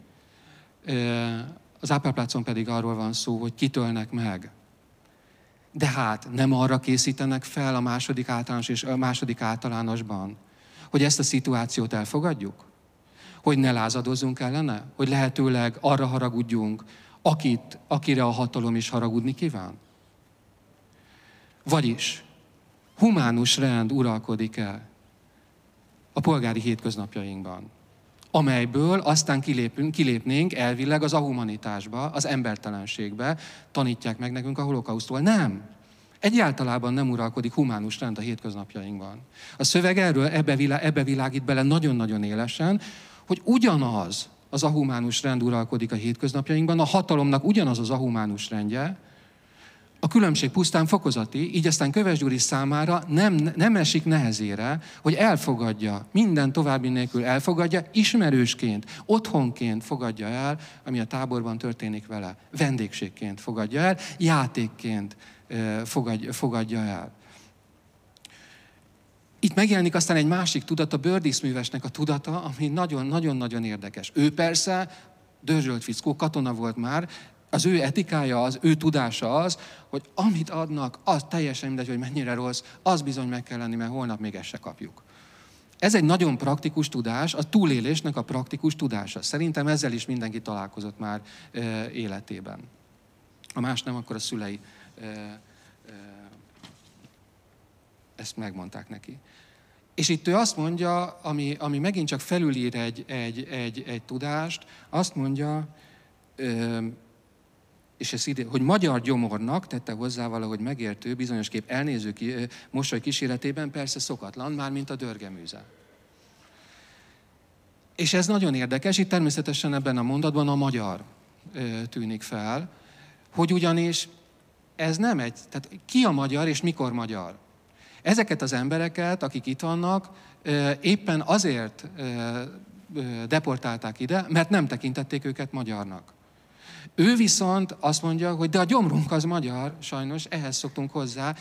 az Appelplatzon pedig arról van szó, hogy kitölnek meg. De hát nem arra készítenek fel a második általános és a második általánosban, hogy ezt a szituációt elfogadjuk? Hogy ne lázadozzunk ellene? Hogy lehetőleg arra haragudjunk, akire a hatalom is haragudni kíván? Vagyis humánus rend uralkodik el a polgári hétköznapjainkban, amelyből aztán kilépnénk elvileg az ahumanitásba, az embertelenségbe, tanítják meg nekünk a holokausztról. Nem! Egyáltalában nem uralkodik humánus rend a hétköznapjainkban. A szöveg erről ebbe világít bele nagyon-nagyon élesen, hogy ugyanaz az ahumánus rend uralkodik a hétköznapjainkban, a hatalomnak ugyanaz az ahumánus rendje, a különbség pusztán fokozati, így aztán Köves Gyuri számára nem esik nehezére, hogy elfogadja, minden további nélkül elfogadja, ismerősként, otthonként fogadja el, ami a táborban történik vele. Vendégségként fogadja el, játékként fogadja el. Itt megjelenik aztán egy másik tudat, a bőrdíszművesnek a tudata, ami nagyon-nagyon érdekes. Ő persze dörzsölt fickó, katona volt már, az ő etikája, az ő tudása az, hogy amit adnak, az teljesen mindegy, hogy mennyire rossz, az bizony meg kell lenni, mert holnap még ezt se kapjuk. Ez egy nagyon praktikus tudás, a túlélésnek a praktikus tudása. Szerintem ezzel is mindenki találkozott már életében. Ha más nem, akkor a szülei ezt megmondták neki. És itt ő azt mondja, ami megint csak felülír egy tudást, azt mondja, és ez hogy magyar gyomornak tette hozzá valahogy megértő, bizonyosképp elnéző mosoly kíséretében persze szokatlan, már mint a dörgeműze. És ez nagyon érdekes, itt természetesen ebben a mondatban a magyar tűnik fel, hogy ugyanis ez nem tehát ki a magyar és mikor magyar? Ezeket az embereket, akik itt vannak, éppen azért deportálták ide, mert nem tekintették őket magyarnak. Ő viszont azt mondja, hogy de a gyomrunk az magyar, sajnos, ehhez szoktunk hozzá.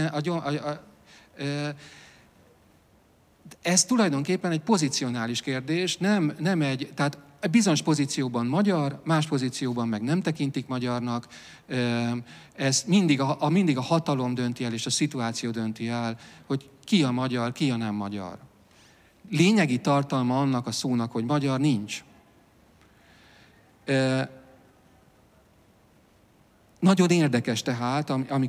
Ez tulajdonképpen egy pozicionális kérdés, nem egy, tehát bizonyos pozícióban magyar, más pozícióban meg nem tekintik magyarnak. Ez mindig a hatalom dönti el, és a szituáció dönti el, hogy ki a magyar, ki a nem magyar. Lényegi tartalma annak a szónak, hogy magyar, nincs. Nagyon érdekes tehát,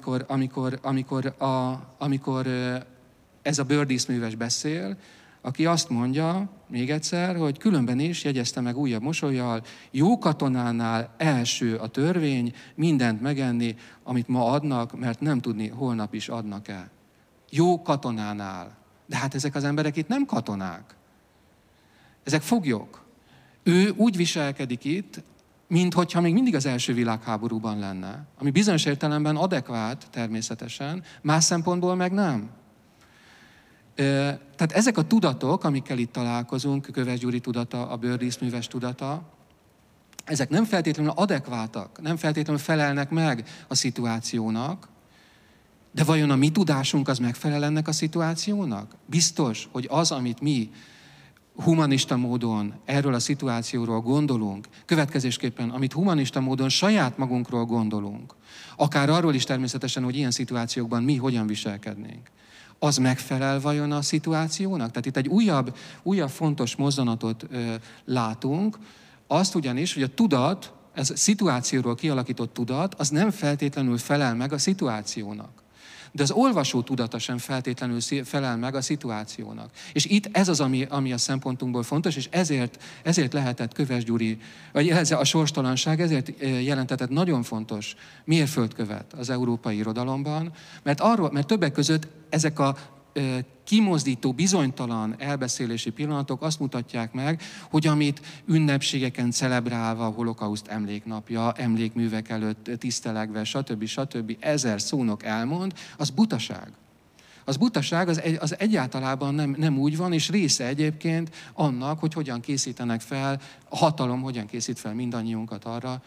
amikor ez a bőrdíszműves beszél, aki azt mondja, még egyszer, hogy különben is jegyezte meg újabb mosollyal, jó katonánál első a törvény, mindent megenni, amit ma adnak, mert nem tudni, holnap is adnak-e. Jó katonánál. De hát ezek az emberek itt nem katonák. Ezek foglyok. Ő úgy viselkedik itt, minthogyha még mindig az első világháborúban lenne. Ami bizonyos értelemben adekvát természetesen, más szempontból meg nem. Tehát ezek a tudatok, amikkel itt találkozunk, Köves Gyuri tudata, a bőrdíszműves tudata, ezek nem feltétlenül adekvátak, nem feltétlenül felelnek meg a szituációnak, de vajon a mi tudásunk az megfelel ennek a szituációnak? Biztos, hogy az, amit mi humanista módon erről a szituációról gondolunk, következésképpen, amit humanista módon saját magunkról gondolunk, akár arról is természetesen, hogy ilyen szituációkban mi hogyan viselkednénk, az megfelel vajon a szituációnak? Tehát itt egy újabb fontos mozzanatot látunk, azt ugyanis, hogy a tudat, ez a szituációról kialakított tudat, az nem feltétlenül felel meg a szituációnak. De az olvasó tudata sem feltétlenül felel meg a szituációnak. És itt ez az, ami a szempontunkból fontos, és ezért lehetett Köves Gyuri, vagy ez a sorstalanság ezért jelentetett nagyon fontos mérföldkövet az európai irodalomban, mert többek között ezek a kimozdító, bizonytalan elbeszélési pillanatok azt mutatják meg, hogy amit ünnepségeken celebrálva, a holokauszt emléknapja, emlékművek előtt tisztelegve, stb. Ezer szónok elmond, az butaság. Az butaság, az egyáltalában nem úgy van, és része egyébként annak, hogy hogyan készítenek fel, a hatalom hogyan készít fel mindannyiunkat arra,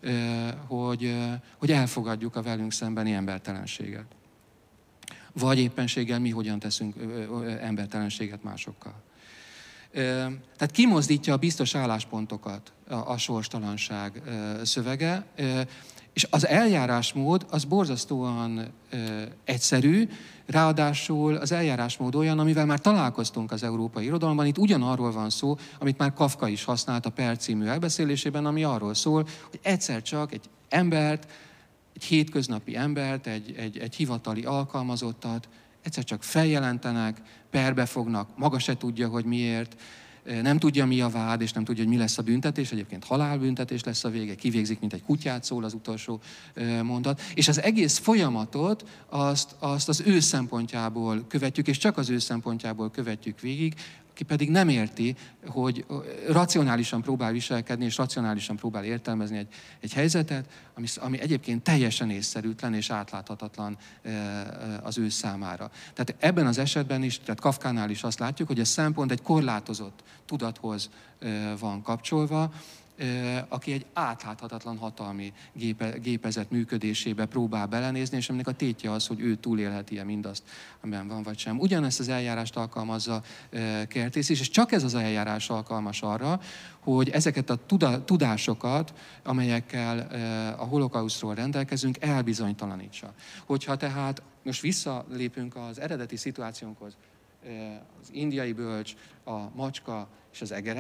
hogy elfogadjuk a velünk szembeni embertelenséget. Vagy éppenséggel mi hogyan teszünk embertelenséget másokkal. Tehát kimozdítja a biztos álláspontokat a sorstalanság szövege, és az eljárásmód az borzasztóan egyszerű, ráadásul az eljárásmód olyan, amivel már találkoztunk az európai irodalomban. Itt ugyanarról van szó, amit már Kafka is használt a Per című elbeszélésében, ami arról szól, hogy egyszer csak egy embert, egy hétköznapi embert, egy hivatali alkalmazottat egyszer csak feljelentenek, perbe fognak, maga se tudja, hogy miért, nem tudja, mi a vád, és nem tudja, hogy mi lesz a büntetés, egyébként halálbüntetés lesz a vége, kivégzik, mint egy kutyát, szól az utolsó mondat. És az egész folyamatot azt az ő szempontjából követjük, és csak az ő szempontjából követjük végig, aki pedig nem érti, hogy racionálisan próbál viselkedni, és racionálisan próbál értelmezni egy helyzetet, ami egyébként teljesen észszerűtlen és átláthatatlan az ő számára. Tehát ebben az esetben is, tehát Kafkánál is azt látjuk, hogy a szempont egy korlátozott tudathoz van kapcsolva, aki egy átláthatatlan hatalmi gépezet működésébe próbál belenézni, és aminek a tétje az, hogy ő túlélheti-e mindazt, amiben van, vagy sem. Ugyanezt az eljárást alkalmazza Kertész is, és csak ez az eljárás alkalmas arra, hogy ezeket a tudásokat, amelyekkel a holokausztról rendelkezünk, elbizonytalanítsa. Hogyha tehát most visszalépünk az eredeti szituációnkhoz, az indiai bölcs, a macska és az egerek,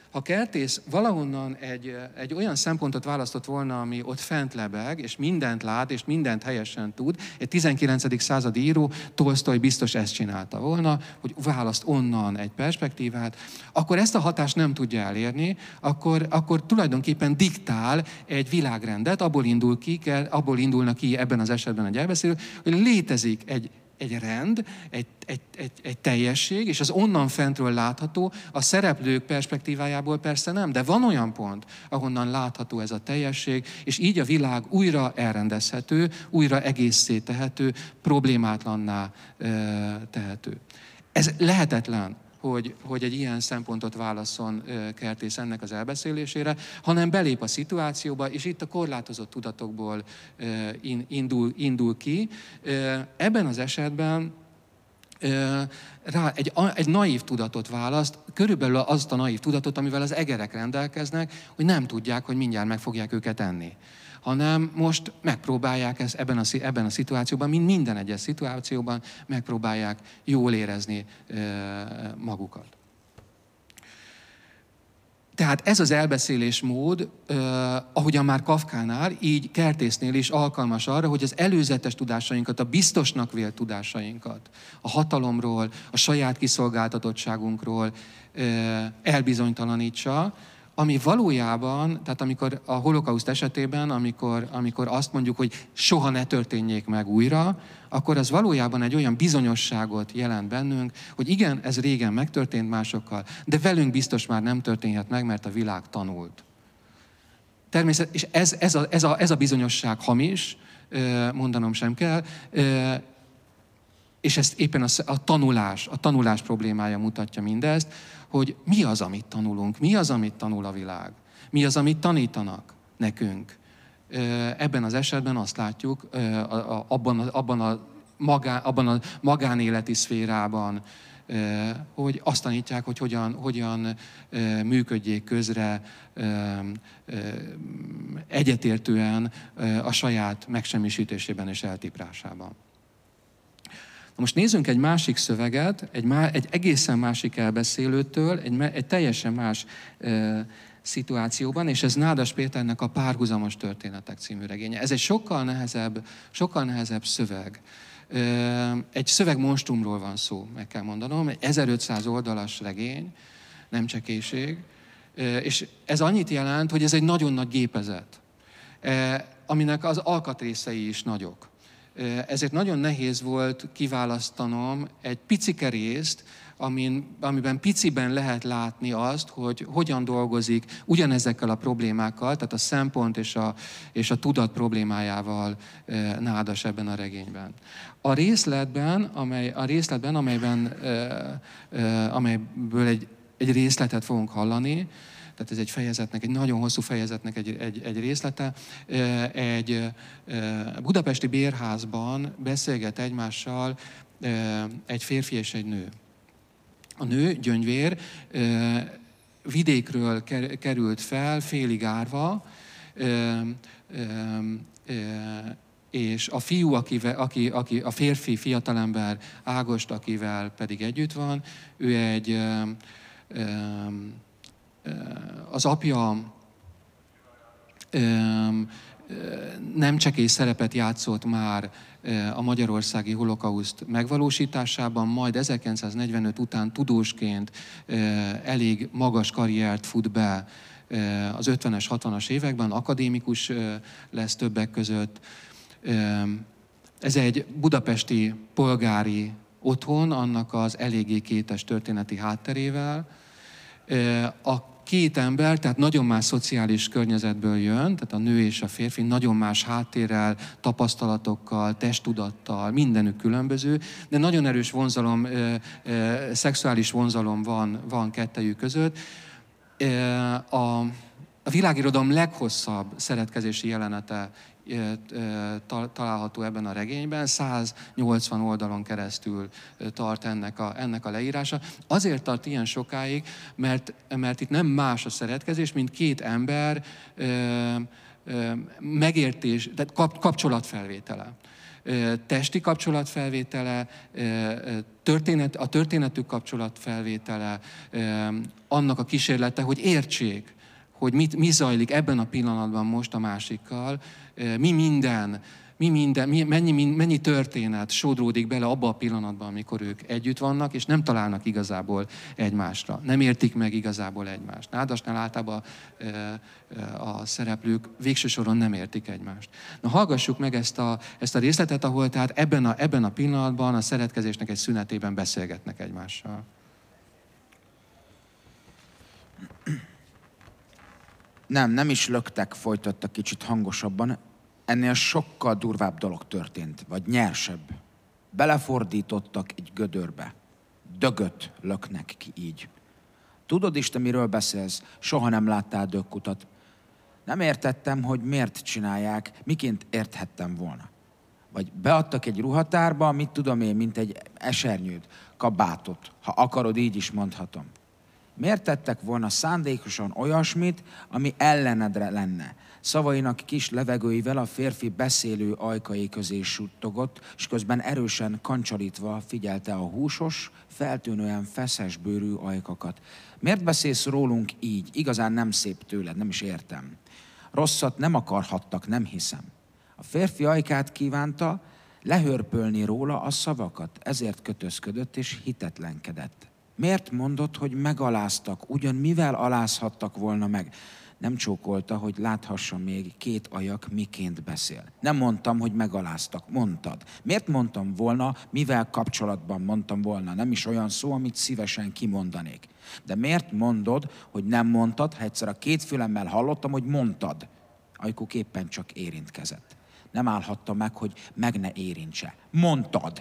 Ha Kertész valahonnan egy olyan szempontot választott volna, ami ott fent lebeg, és mindent lát, és mindent helyesen tud, egy 19. századi író, Tolsztoj biztos ezt csinálta volna, hogy választ onnan egy perspektívát, akkor ezt a hatást nem tudja elérni, akkor tulajdonképpen diktál egy világrendet, abból indulnak ki ebben az esetben egy elbeszélő, hogy létezik egy rend, egy teljesség, és az onnan fentről látható, a szereplők perspektívájából persze nem, de van olyan pont, ahonnan látható ez a teljesség, és így a világ újra elrendezhető, újra egészé tehető, problémátlanná tehető. Ez lehetetlen, hogy egy ilyen szempontot válasszon Kertész ennek az elbeszélésére, hanem belép a szituációba, és itt a korlátozott tudatokból indul ki. Ebben az esetben egy naív tudatot választ, körülbelül azt a naív tudatot, amivel az egerek rendelkeznek, hogy nem tudják, hogy mindjárt meg fogják őket enni. Hanem most megpróbálják ezt ebben a szituációban, mint minden egyes szituációban, megpróbálják jól érezni magukat. Tehát ez az elbeszélésmód, ahogyan már Kafkánál, így Kertésznél is alkalmas arra, hogy az előzetes tudásainkat, a biztosnak vélt tudásainkat, a hatalomról, a saját kiszolgáltatottságunkról elbizonytalanítsa, ami valójában, tehát amikor a holokauszt esetében, amikor azt mondjuk, hogy soha ne történjék meg újra, akkor az valójában egy olyan bizonyosságot jelent bennünk, hogy igen, ez régen megtörtént másokkal, de velünk biztos már nem történhet meg, mert a világ tanult. Természetesen, és ez a bizonyosság hamis, mondanom sem kell, és ezt éppen a tanulás problémája mutatja mindezt, hogy mi az, amit tanulunk, mi az, amit tanul a világ, mi az, amit tanítanak nekünk. Ebben az esetben azt látjuk, abban a magánéleti szférában, hogy azt tanítják, hogy hogyan működjék közre egyetértően a saját megsemmisítésében és eltiprásában. Most nézzünk egy másik szöveget, egy egészen másik elbeszélőtől, egy teljesen más szituációban, és ez Nádas Péternek a Párhuzamos történetek című regénye. Ez egy sokkal nehezebb szöveg. Egy szövegmonstrumról van szó, meg kell mondanom, egy 1500 oldalas regény, nem csekéség, és ez annyit jelent, hogy ez egy nagyon nagy gépezet, aminek az alkatrészei is nagyok. Ezért nagyon nehéz volt kiválasztanom egy picike részt, amiben piciben lehet látni azt, hogy hogyan dolgozik ugyanezekkel a problémákkal, tehát a szempont és a tudat problémájával Nádas ebben a regényben. A részletben, amelyből egy részletet fogunk hallani, tehát ez egy fejezetnek, egy nagyon hosszú fejezetnek egy részlete. Egy budapesti bérházban beszélget egymással egy férfi és egy nő. A nő, Gyöngyvér, vidékről került fel, félig árva, és a fiú, aki a férfi fiatalember, Ágost, akivel pedig együtt van, ő az apja nem csekély szerepet játszott már a magyarországi holokauszt megvalósításában, majd 1945 után tudósként elég magas karriert fut be az 50-es, 60-as években, akadémikus lesz többek között. Ez egy budapesti polgári otthon, annak az eléggé kétes történeti hátterével. A két ember, tehát nagyon más szociális környezetből jön, tehát a nő és a férfi nagyon más háttérrel, tapasztalatokkal, testtudattal, mindenük különböző, de nagyon erős vonzalom, szexuális vonzalom van kettejük között. A világirodalom leghosszabb szeretkezési jelenete található ebben a regényben, 180 oldalon keresztül tart ennek a leírása. Azért tart ilyen sokáig, mert itt nem más a szeretkezés, mint két ember megértés, tehát kapcsolatfelvétele. testi kapcsolatfelvétele, a történetük kapcsolatfelvétele, annak a kísérlete, hogy értsék, hogy mi zajlik ebben a pillanatban most a másikkal, mennyi történet sodródik bele abba a pillanatban, amikor ők együtt vannak, és nem találnak igazából egymásra. Nem értik meg igazából egymást. Nádasnál általában a szereplők végső soron nem értik egymást. Na, hallgassuk meg ezt a részletet, ahol tehát ebben a pillanatban a szeretkezésnek egy szünetében beszélgetnek egymással. Nem is löktek, folytatta kicsit hangosabban. Ennél sokkal durvább dolog történt, vagy nyersebb. Belefordítottak egy gödörbe. Dögöt löknek ki így. Tudod is, te miről beszélsz? Soha nem láttál dögkutat. Nem értettem, hogy miért csinálják, miként érthettem volna. Vagy beadtak egy ruhatárba, mit tudom én, mint egy esernyőt, kabátot. Ha akarod, így is mondhatom. Miért tettek volna szándékosan olyasmit, ami ellenedre lenne? Szavainak kis levegőivel a férfi beszélő ajkai közé suttogott, és közben erősen kancsalítva figyelte a húsos, feltűnően feszes bőrű ajkakat. Miért beszélsz rólunk így? Igazán nem szép tőled, nem is értem. Rosszat nem akarhattak, nem hiszem. A férfi ajkát kívánta lehörpölni róla a szavakat, ezért kötözködött és hitetlenkedett. Miért mondod, hogy megaláztak? Ugyan mivel alázhattak volna meg? Nem csókolta, hogy láthassa még két ajak miként beszél. Nem mondtam, hogy megaláztak. Mondtad. Miért mondtam volna, mivel kapcsolatban mondtam volna? Nem is olyan szó, amit szívesen kimondanék. De miért mondod, hogy nem mondtad, ha egyszer a két fülemmel hallottam, hogy mondtad? Ajkuk éppen csak érintkezett. Nem állhatta meg, hogy meg ne érintse. Mondtad.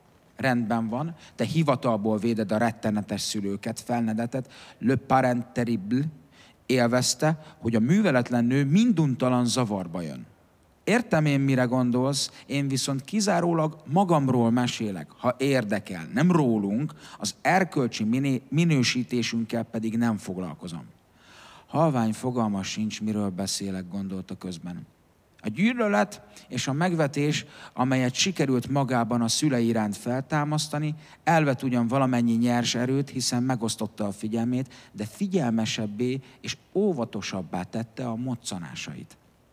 Rendben van, te hivatalból véded a rettenetes szülőket, felnedetet, le parent terrible, élvezte, hogy a műveletlen nő minduntalan zavarba jön. Értem én, mire gondolsz, én viszont kizárólag magamról mesélek, ha érdekel, nem rólunk, az erkölcsi minősítésünkkel pedig nem foglalkozom. Halvány fogalma sincs, miről beszélek, gondolta közben. A gyűlölet és a megvetés, amelyet sikerült magában a szülei iránt feltámasztani, elvet ugyan valamennyi nyers erőt, hiszen megosztotta a figyelmét, de figyelmesebbé és óvatosabbá tette a moccanásait.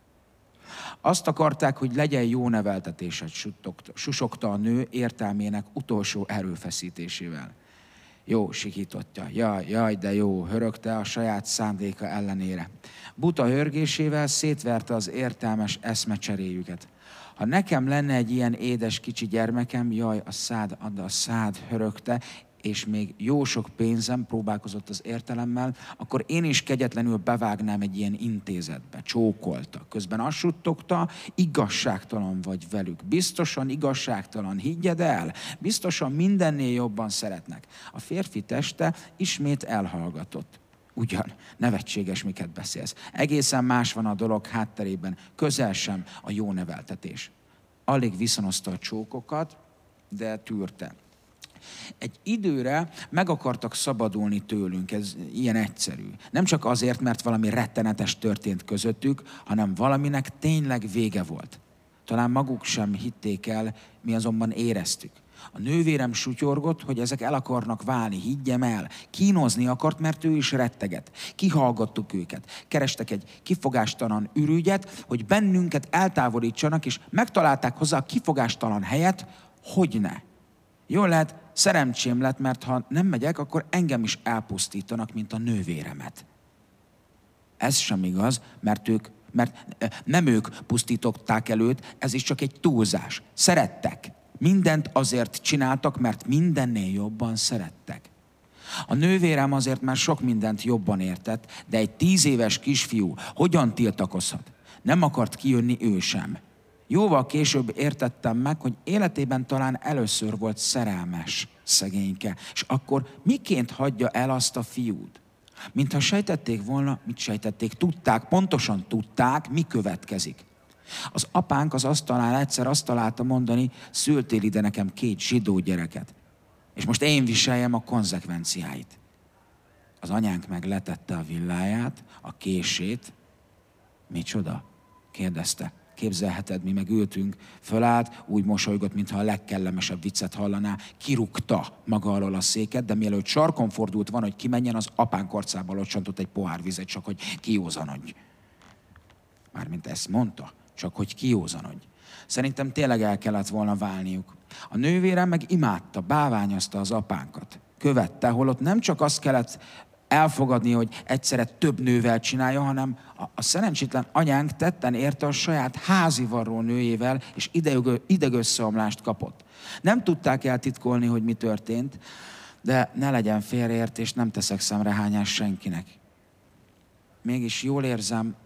Azt akarták, hogy legyen jó neveltetéset, susogta a nő értelmének utolsó erőfeszítésével. Jó, sikítottja. Jaj, de jó, hörögte a saját szándéka ellenére. Buta hörgésével szétverte az értelmes eszmecseréjüket. Ha nekem lenne egy ilyen édes kicsi gyermekem, jaj, a szád, add a szád, hörögte, és még jó sok pénzem, próbálkozott az értelemmel, akkor én is kegyetlenül bevágnám egy ilyen intézetbe. Csókolta. Közben azt suttogta, igazságtalan vagy velük. Biztosan igazságtalan, higgyed el. Biztosan mindennél jobban szeretnek. A férfi teste ismét elhallgatott. Ugyan, nevetséges, miket beszélsz. Egészen más van a dolog hátterében, közel sem a jó neveltetés. Alig viszonozta a csókokat, de tűrte. Egy időre meg akartak szabadulni tőlünk, ez ilyen egyszerű. Nem csak azért, mert valami rettenetes történt közöttük, hanem valaminek tényleg vége volt. Talán maguk sem hitték el, mi azonban éreztük. A nővérem sutyorgott, hogy ezek el akarnak válni, higgyem el. Kínozni akart, mert ő is retteget. Kihallgattuk őket. Kerestek egy kifogástalan ürügyet, hogy bennünket eltávolítsanak, és megtalálták hozzá a kifogástalan helyet, hogy ne. Jól lehet, szerencsém lett, mert ha nem megyek, akkor engem is elpusztítanak, mint a nővéremet. Ez sem igaz, mert nem ők pusztították el őt, ez is csak egy túlzás. Szerettek. Mindent azért csináltak, mert mindennél jobban szerettek. A nővérem azért már sok mindent jobban értett, de egy 10 éves kisfiú hogyan tiltakozhat? Nem akart kijönni ő sem. Jóval később értettem meg, hogy életében talán először volt szerelmes, szegényke, és akkor miként hagyja el azt a fiút? Mintha sejtették volna, mit sejtették, pontosan tudták, mi következik. Az apánk az asztalán egyszer azt találta mondani, szültél ide nekem 2 zsidó gyereket. És most én viseljem a konzekvenciáit. Az anyánk meg letette a villáját, a kését. Micsoda? Kérdezte. Képzelheted, mi meg ültünk, fölállt, úgy mosolygott, mintha a legkellemesebb viccet hallaná, kirúgta maga alól a széket, de mielőtt sarkon fordult van, hogy kimenjen, az apánk arcába locsantott egy pohár vizet, csak hogy kiózanodj. Mármint ezt mondta, csak hogy kiózanodj. Szerintem tényleg el kellett volna válniuk. A nővérem meg imádta, báványozta az apánkat. Követte, holott nem csak azt kellett elfogadni, hogy egyszerre több nővel csinálja, hanem a szerencsétlen anyánk tetten érte a saját házivarró nőjével, és idegösszeomlást kapott. Nem tudták eltitkolni, hogy mi történt, de ne legyen félreértés, nem teszek szemrehányást senkinek. Mégis jól érzem,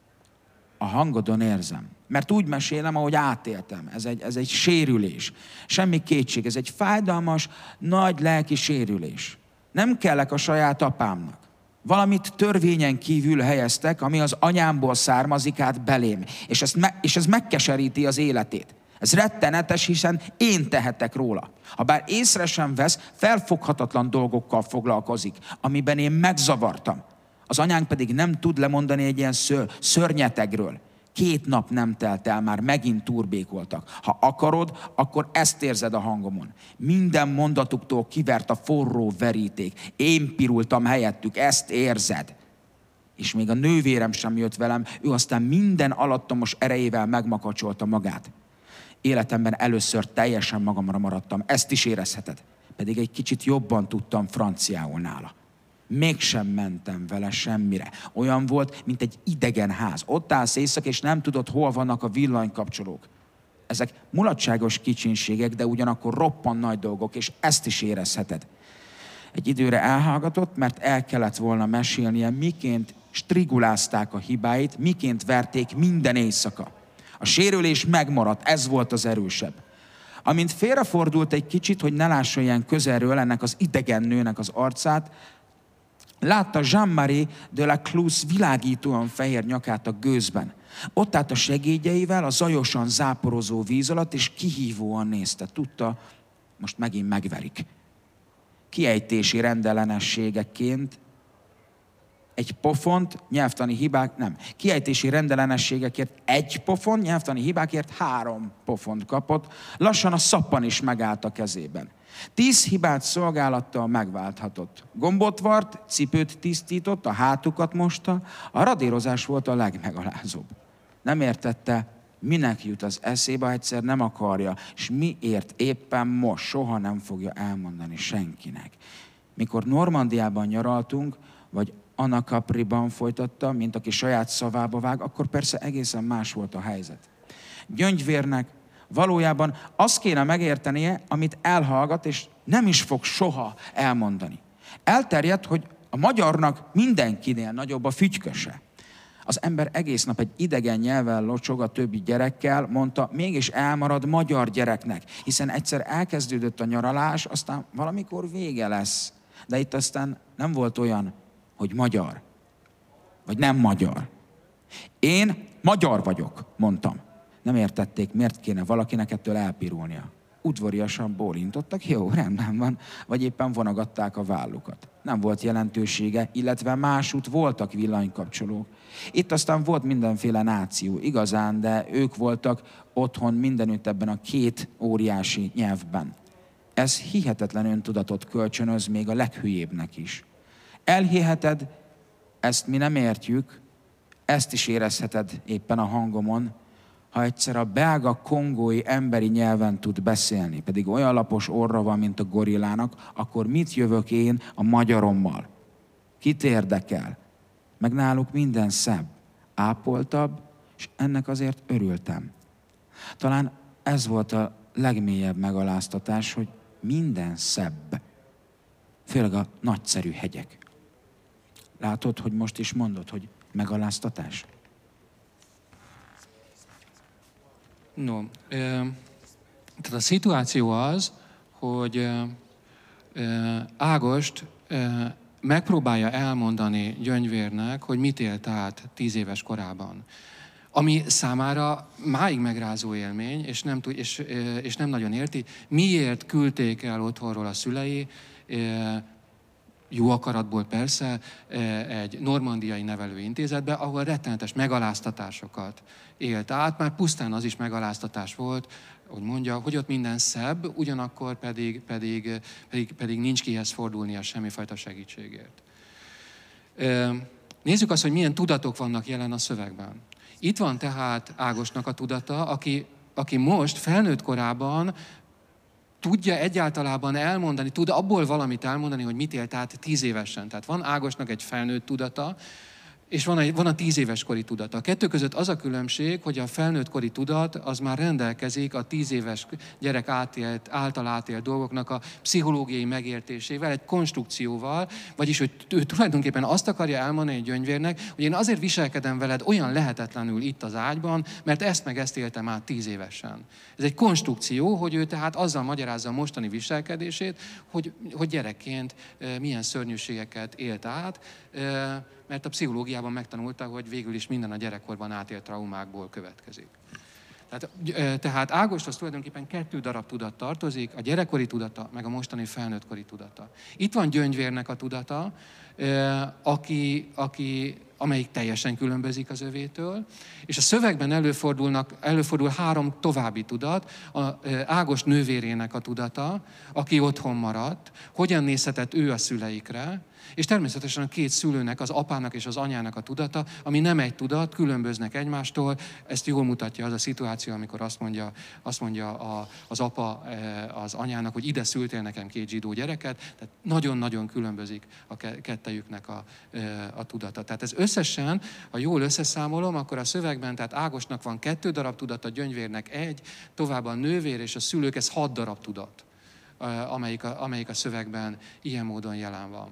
a hangodon érzem. Mert úgy mesélem, ahogy átéltem. Ez egy sérülés. Semmi kétség. Ez egy fájdalmas, nagy lelki sérülés. Nem kellek a saját apámnak. Valamit törvényen kívül helyeztek, ami az anyámból származik át belém. És ez megkeseríti az életét. Ez rettenetes, hiszen én tehetek róla. Habár észre sem vesz, felfoghatatlan dolgokkal foglalkozik, amiben én megzavartam. Az anyánk pedig nem tud lemondani egy ilyen szörnyetegről. 2 nap nem telt el, már megint turbékoltak. Ha akarod, akkor ezt érzed a hangomon. Minden mondatuktól kivert a forró veríték. Én pirultam helyettük, ezt érzed. És még a nővérem sem jött velem, ő aztán minden alattomos erejével megmakacsolta magát. Életemben először teljesen magamra maradtam, ezt is érezheted. Pedig egy kicsit jobban tudtam franciául nála. Mégsem mentem vele semmire. Olyan volt, mint egy idegen ház. Ott állsz éjszaka, és nem tudod, hol vannak a villanykapcsolók. Ezek mulatságos kicsinségek, de ugyanakkor roppant nagy dolgok, és ezt is érezheted. Egy időre elhallgatott, mert el kellett volna mesélnie, miként strigulázták a hibáit, miként verték minden éjszaka. A sérülés megmaradt, ez volt az erősebb. Amint félrefordult egy kicsit, hogy ne lássa ilyen közelről ennek az idegen nőnek az arcát, látta Jean-Marie de la Cluse világítóan fehér nyakát a gőzben. Ott állt a segédjeivel, a zajosan záporozó víz alatt, és kihívóan nézte. Tudta, most megint megverik. Kiejtési rendellenességeként egy pofont, nyelvtani hibák, nem. Kiejtési rendellenességekért 1 pofon, nyelvtani hibákért 3 pofont kapott. Lassan a szappan is megállt a kezében. 10 hibát szolgálattal megválthatott. Gombot vart, cipőt tisztított, a hátukat mosta, a radírozás volt a legmegalázóbb. Nem értette, minek jut az eszébe, egyszer nem akarja, és miért éppen most soha nem fogja elmondani senkinek. Mikor Normandiában nyaraltunk, vagy Anacapri-ban folytatta, mint aki saját szavába vág, akkor persze egészen más volt a helyzet. Gyöngyvérnek valójában azt kéne megértenie, amit elhallgat, és nem is fog soha elmondani. Elterjedt, hogy a magyarnak mindenkinél nagyobb a fügyköse. Az ember egész nap egy idegen nyelven locsog a többi gyerekkel, mondta, mégis elmarad magyar gyereknek, hiszen egyszer elkezdődött a nyaralás, aztán valamikor vége lesz. De itt aztán nem volt olyan, hogy magyar, vagy nem magyar. Én magyar vagyok, mondtam. Nem értették, miért kéne valakinek ettől elpirulnia. Udvariasan bólintottak, jó, rendben van, vagy éppen vonogatták a vállukat. Nem volt jelentősége, illetve másút voltak villanykapcsolók. Itt aztán volt mindenféle náció, igazán, de ők voltak otthon mindenütt ebben a 2 óriási nyelvben. Ez hihetetlen öntudatot kölcsönöz még a leghülyébbnek is. Elhiheted, ezt mi nem értjük, ezt is érezheted éppen a hangomon, ha egyszer a belga kongói emberi nyelven tud beszélni, pedig olyan lapos orra van, mint a gorillának, akkor mit jövök én a magyarommal? Kit érdekel? Meg náluk minden szebb, ápoltabb, és ennek azért örültem. Talán ez volt a legmélyebb megaláztatás, hogy minden szebb. Főleg a nagyszerű hegyek. Látod, hogy most is mondod, hogy megaláztatás? No, tehát a szituáció az, hogy Ágost megpróbálja elmondani Gyöngyvérnek, hogy mit élt át 10 éves korában. Ami számára máig megrázó élmény, és nem nagyon érti, miért küldték el otthonról a szülei jó akaratból persze, egy normandiai nevelőintézetbe, ahol rettenetes megaláztatásokat élt át, már pusztán az is megaláztatás volt, hogy mondja, hogy ott minden szebb, ugyanakkor pedig nincs kihez fordulnia semmifajta segítségért. Nézzük azt, hogy milyen tudatok vannak jelen a szövegben. Itt van tehát Ágosnak a tudata, aki most felnőtt korában tudja egyáltalán elmondani, tud abból valamit elmondani, hogy mit élt át 10 évesen. Tehát van Ágosnak egy felnőtt tudata, és van a 10 éves kori tudata. A kettő között az a különbség, hogy a felnőtt kori tudat az már rendelkezik a 10 éves gyerek által átélt dolgoknak a pszichológiai megértésével, egy konstrukcióval, vagyis hogy ő tulajdonképpen azt akarja elmondani egy gyöngyvérnek, hogy én azért viselkedem veled olyan lehetetlenül itt az ágyban, mert ezt meg ezt éltem át 10 évesen. Ez egy konstrukció, hogy ő tehát azzal magyarázza a mostani viselkedését, hogy gyerekként milyen szörnyűségeket élt át, mert a pszichológiában megtanulta, hogy végül is minden a gyerekkorban átélt traumákból következik. Tehát Ágoshoz tulajdonképpen 2 darab tudat tartozik, a gyerekkori tudata, meg a mostani felnőttkori tudata. Itt van Gyöngyvérnek a tudata, amelyik teljesen különbözik az övétől, és a szövegben előfordul 3 további tudat, Ágos nővérének a tudata, aki otthon maradt, hogyan nézhetett ő a szüleikre, és természetesen a 2 szülőnek, az apának és az anyának a tudata, ami nem egy tudat, különböznek egymástól. Ezt jól mutatja az a szituáció, amikor azt mondja az apa az anyának, hogy ide szültél nekem 2 zsidó gyereket. Tehát nagyon-nagyon különbözik a kettejüknek a tudata. Tehát ez összesen, ha jól összeszámolom, akkor a szövegben, tehát Ágosnak van 2 darab tudata, Gyöngyvérnek 1, tovább a nővér és a szülők, ez 6 darab tudat, amelyik a szövegben ilyen módon jelen van.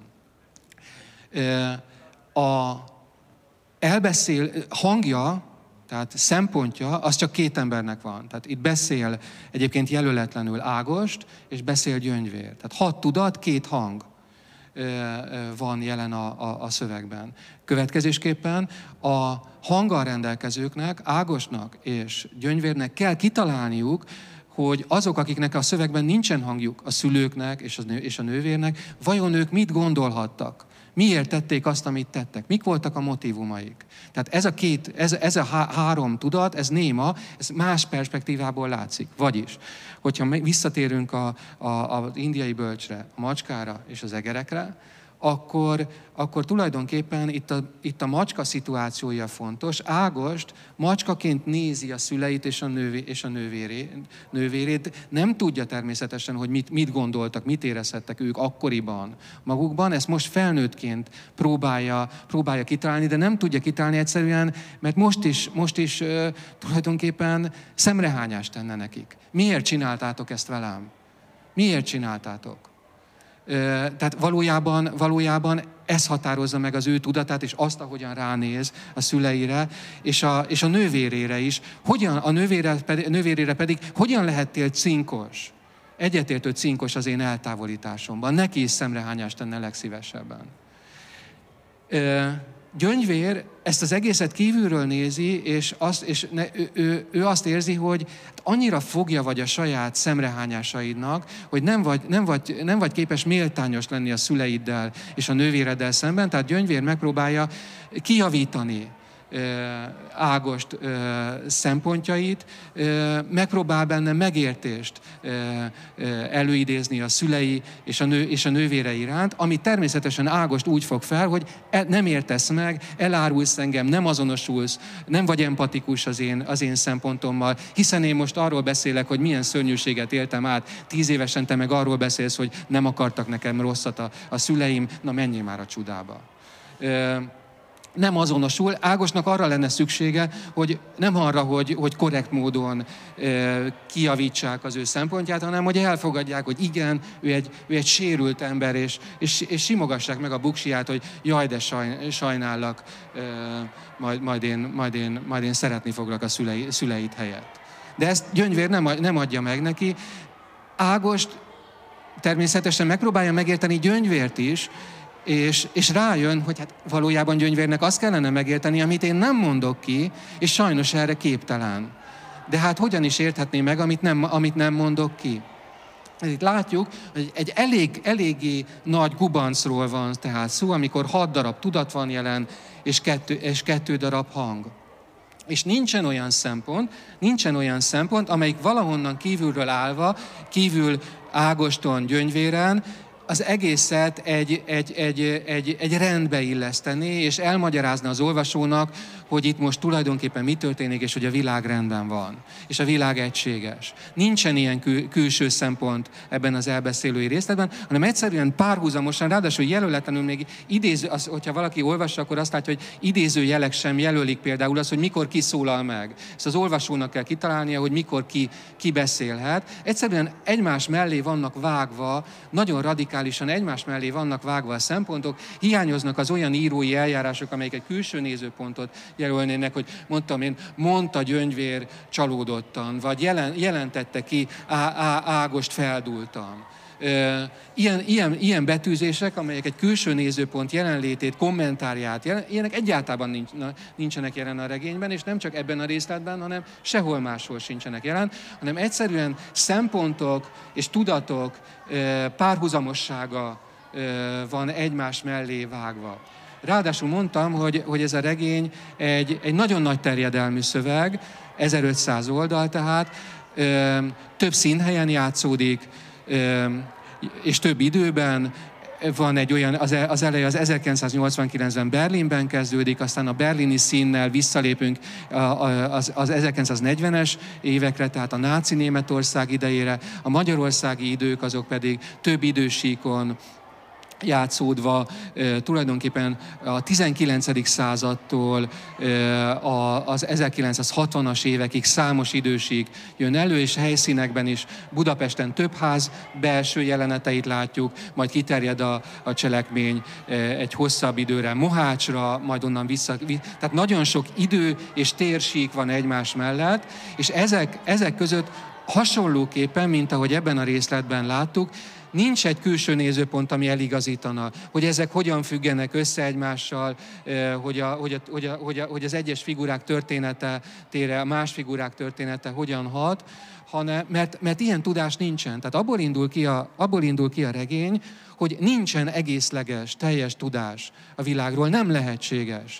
A elbeszél hangja, tehát szempontja, az csak 2 embernek van. Tehát itt beszél egyébként jelöletlenül Ágost, és beszél Gyöngyvér. Tehát 6 tudat, 2 hang van jelen a szövegben. Következésképpen a hanggal rendelkezőknek, Ágosnak és Gyöngyvérnek kell kitalálniuk, hogy azok, akiknek a szövegben nincsen hangjuk, a szülőknek és a nővérnek, vajon ők mit gondolhattak? Miért tették azt, amit tettek? Mik voltak a motivumaik? Tehát ez a 3 tudat, ez néma, ez más perspektívából látszik. Vagyis, hogyha visszatérünk az indiai bölcsre, a macskára és az egerekre, akkor tulajdonképpen itt a macska szituációja fontos. Ágost macskaként nézi a szüleit és a nővérét. Nem tudja természetesen, hogy mit gondoltak, mit érezhettek ők akkoriban magukban. Ezt most felnőttként próbálja kitalálni, de nem tudja kitalálni egyszerűen, mert most is tulajdonképpen szemrehányást tenne nekik. Miért csináltátok ezt velem? Miért csináltátok? Tehát valójában ez határozza meg az ő tudatát, és azt, ahogyan ránéz a szüleire, és a nővérére is. A nővérére pedig hogyan lehettél cinkos? Egyetértő cinkos az én eltávolításomban. Neki is szemrehányást tenne legszívesebben. Gyöngyvér ezt az egészet kívülről nézi, és ő azt érzi, hogy annyira fogja vagy a saját szemrehányásaidnak, hogy nem vagy képes méltányos lenni a szüleiddel és a nővéreddel szemben, tehát Gyöngyvér megpróbálja kijavítani Ágost szempontjait, megpróbál benne megértést előidézni a szülei és a nővére iránt, ami természetesen Ágost úgy fog fel, hogy nem értesz meg, elárulsz engem, nem azonosulsz, nem vagy empatikus az én szempontommal, hiszen én most arról beszélek, hogy milyen szörnyűséget éltem át 10 évesen, te meg arról beszélsz, hogy nem akartak nekem rosszat a szüleim, na menjél már a csudába. Nem azonosul. Ágosnak arra lenne szüksége, hogy nem arra, hogy korrekt módon kijavítsák az ő szempontját, hanem hogy elfogadják, hogy igen, ő egy sérült ember, és simogassák meg a buksiját, hogy jaj, de sajnállak, majd én szeretni foglak a szüleid helyett. De ezt Gyöngyvér nem adja meg neki. Ágost természetesen megpróbálja megérteni Gyöngyvért is, és rájön, hogy hát valójában Gyöngyvérnek azt kellene megérteni, amit én nem mondok ki, és sajnos erre képtelen. De hát hogyan is érthetné meg, amit nem mondok ki? Itt látjuk, hogy egy eléggé nagy gubancról van tehát szó, amikor 6 darab tudat van jelen, és 2 darab hang. És nincsen olyan szempont, amelyik valahonnan kívülről állva, kívül Ágoston, Gyöngyvéren, az egészet egy rendbe illeszteni, és elmagyarázna az olvasónak, hogy itt most tulajdonképpen mi történik, és hogy a világ rendben van, és a világ egységes. Nincsen ilyen külső szempont ebben az elbeszélői részletben, hanem egyszerűen párhuzamosan, ráadásul jelöletlenül még idéző, hogyha valaki olvassa, akkor azt látja, hogy idézőjelek sem jelölik például azt, hogy mikor ki szólal meg. Ezt az olvasónak kell kitalálnia, hogy mikor ki beszélhet. Egyszerűen egymás mellé vannak vágva, nagyon radikálisan egymás mellé vannak vágva a szempontok, hiányoznak az olyan írói eljárások, amelyek egy külső nézőpontot jelölnének, hogy mondta Gyöngyvér csalódottan, vagy jelentette ki Ágost feldúltan. Ilyen betűzések, amelyek egy külső nézőpont jelenlétét, kommentárját, ilyenek egyáltalán nincsenek jelen a regényben, és nem csak ebben a részletben, hanem sehol máshol sincsenek jelen, hanem egyszerűen szempontok és tudatok párhuzamossága van egymás mellé vágva. Ráadásul mondtam, hogy ez a regény egy nagyon nagy terjedelmű szöveg, 1500 oldal tehát, több színhelyen játszódik, és több időben. Van egy olyan, az eleje az 1989-ben Berlinben kezdődik, aztán a berlini színnel visszalépünk az 1940-es évekre, tehát a náci Németország idejére, a magyarországi idők azok pedig több idősíkon játszódva tulajdonképpen a 19. századtól az 1960-as évekig számos idősík jön elő, és helyszínekben is Budapesten több ház belső jeleneteit látjuk, majd kiterjed a cselekmény egy hosszabb időre Mohácsra, majd onnan vissza. Tehát nagyon sok idő és térsík van egymás mellett, és ezek között hasonlóképpen, mint ahogy ebben a részletben láttuk, nincs egy külső nézőpont, ami eligazítana, hogy ezek hogyan függenek össze egymással, hogy az egyes figurák történetére, a más figurák története hogyan hat, mert ilyen tudás nincsen. Tehát abból indul ki a regény, hogy nincsen egészleges, teljes tudás a világról, nem lehetséges.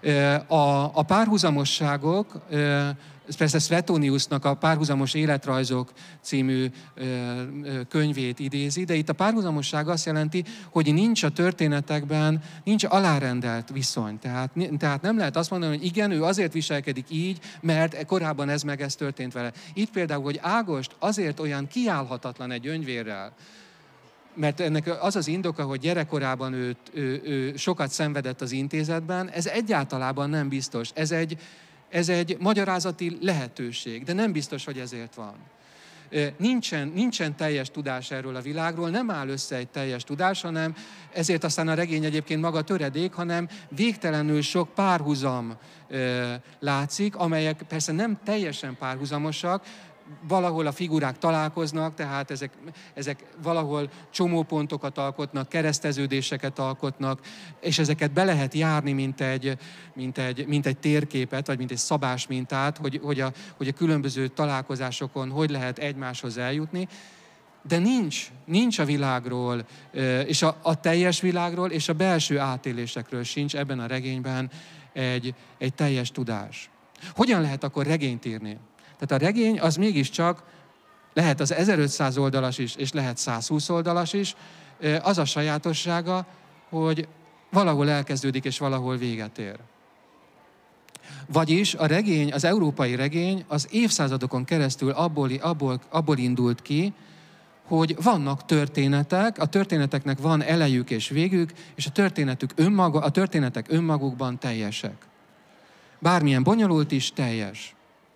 A párhuzamosságok, persze Suetoniusnak a Párhuzamos életrajzok című könyvét idézi, de itt a párhuzamosság azt jelenti, hogy nincs a történetekben, nincs alárendelt viszony. Tehát nem lehet azt mondani, hogy igen, ő azért viselkedik így, mert korábban ez történt vele. Itt például, hogy Ágost azért olyan kiállhatatlan egy Gyöngyvérrel, mert ennek az az indoka, hogy gyerekkorában ő sokat szenvedett az intézetben, ez egyáltalán nem biztos. Ez egy magyarázati lehetőség, de nem biztos, hogy ezért van. Nincsen teljes tudás erről a világról, nem áll össze egy teljes tudás, hanem ezért aztán a regény egyébként maga töredék, hanem végtelenül sok párhuzam látszik, amelyek persze nem teljesen párhuzamosak, valahol a figurák találkoznak, tehát ezek valahol csomópontokat alkotnak, kereszteződéseket alkotnak, és ezeket be lehet járni, mint egy térképet, vagy mint egy szabásmintát, hogy a különböző találkozásokon hogy lehet egymáshoz eljutni. De nincs a világról, és a teljes világról, és a belső átélésekről sincs ebben a regényben egy teljes tudás. Hogyan lehet akkor regényt írni? Tehát a regény az mégiscsak lehet az 1500 oldalas is, és lehet 120 oldalas is. Az a sajátossága, hogy valahol elkezdődik, és valahol véget ér. Vagyis a regény, az európai regény az évszázadokon keresztül abból indult ki, hogy vannak történetek, a történeteknek van elejük és végük, és a történetek önmagukban teljesek. Bármilyen bonyolult is, teljes.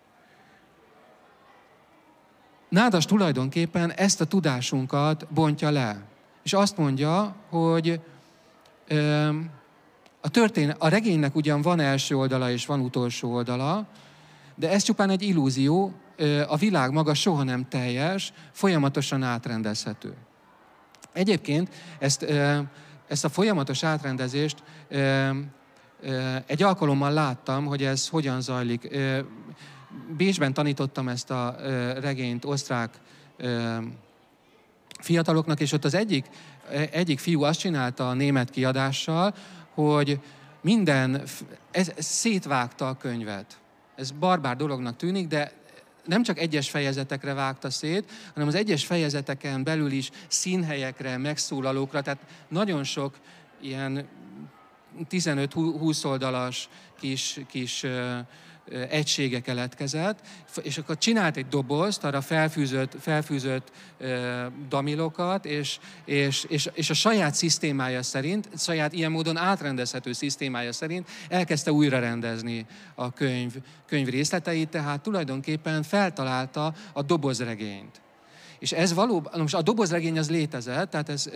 Nádas tulajdonképpen ezt a tudásunkat bontja le. És azt mondja, hogy a regénynek ugyan van első oldala és van utolsó oldala, de ez csupán egy illúzió, a világ maga soha nem teljes, folyamatosan átrendezhető. Egyébként ezt a folyamatos átrendezést egy alkalommal láttam, hogy ez hogyan zajlik. Bécsben tanítottam ezt a regényt osztrák fiataloknak, és ott az egyik fiú azt csinálta a német kiadással, hogy szétvágta a könyvet. Ez barbár dolognak tűnik, de nem csak egyes fejezetekre vágta szét, hanem az egyes fejezeteken belül is színhelyekre, megszólalókra, tehát nagyon sok ilyen 15-20 oldalas kis egysége keletkezett, és akkor csinált egy dobozt, arra felfűzött damilokat, és a saját szisztémája szerint, saját ilyen módon átrendezhető szisztémája szerint elkezdte újra rendezni a könyv részleteit, tehát tulajdonképpen feltalálta a dobozregényt. És ez valóban, most a dobozregény az létezett, tehát ez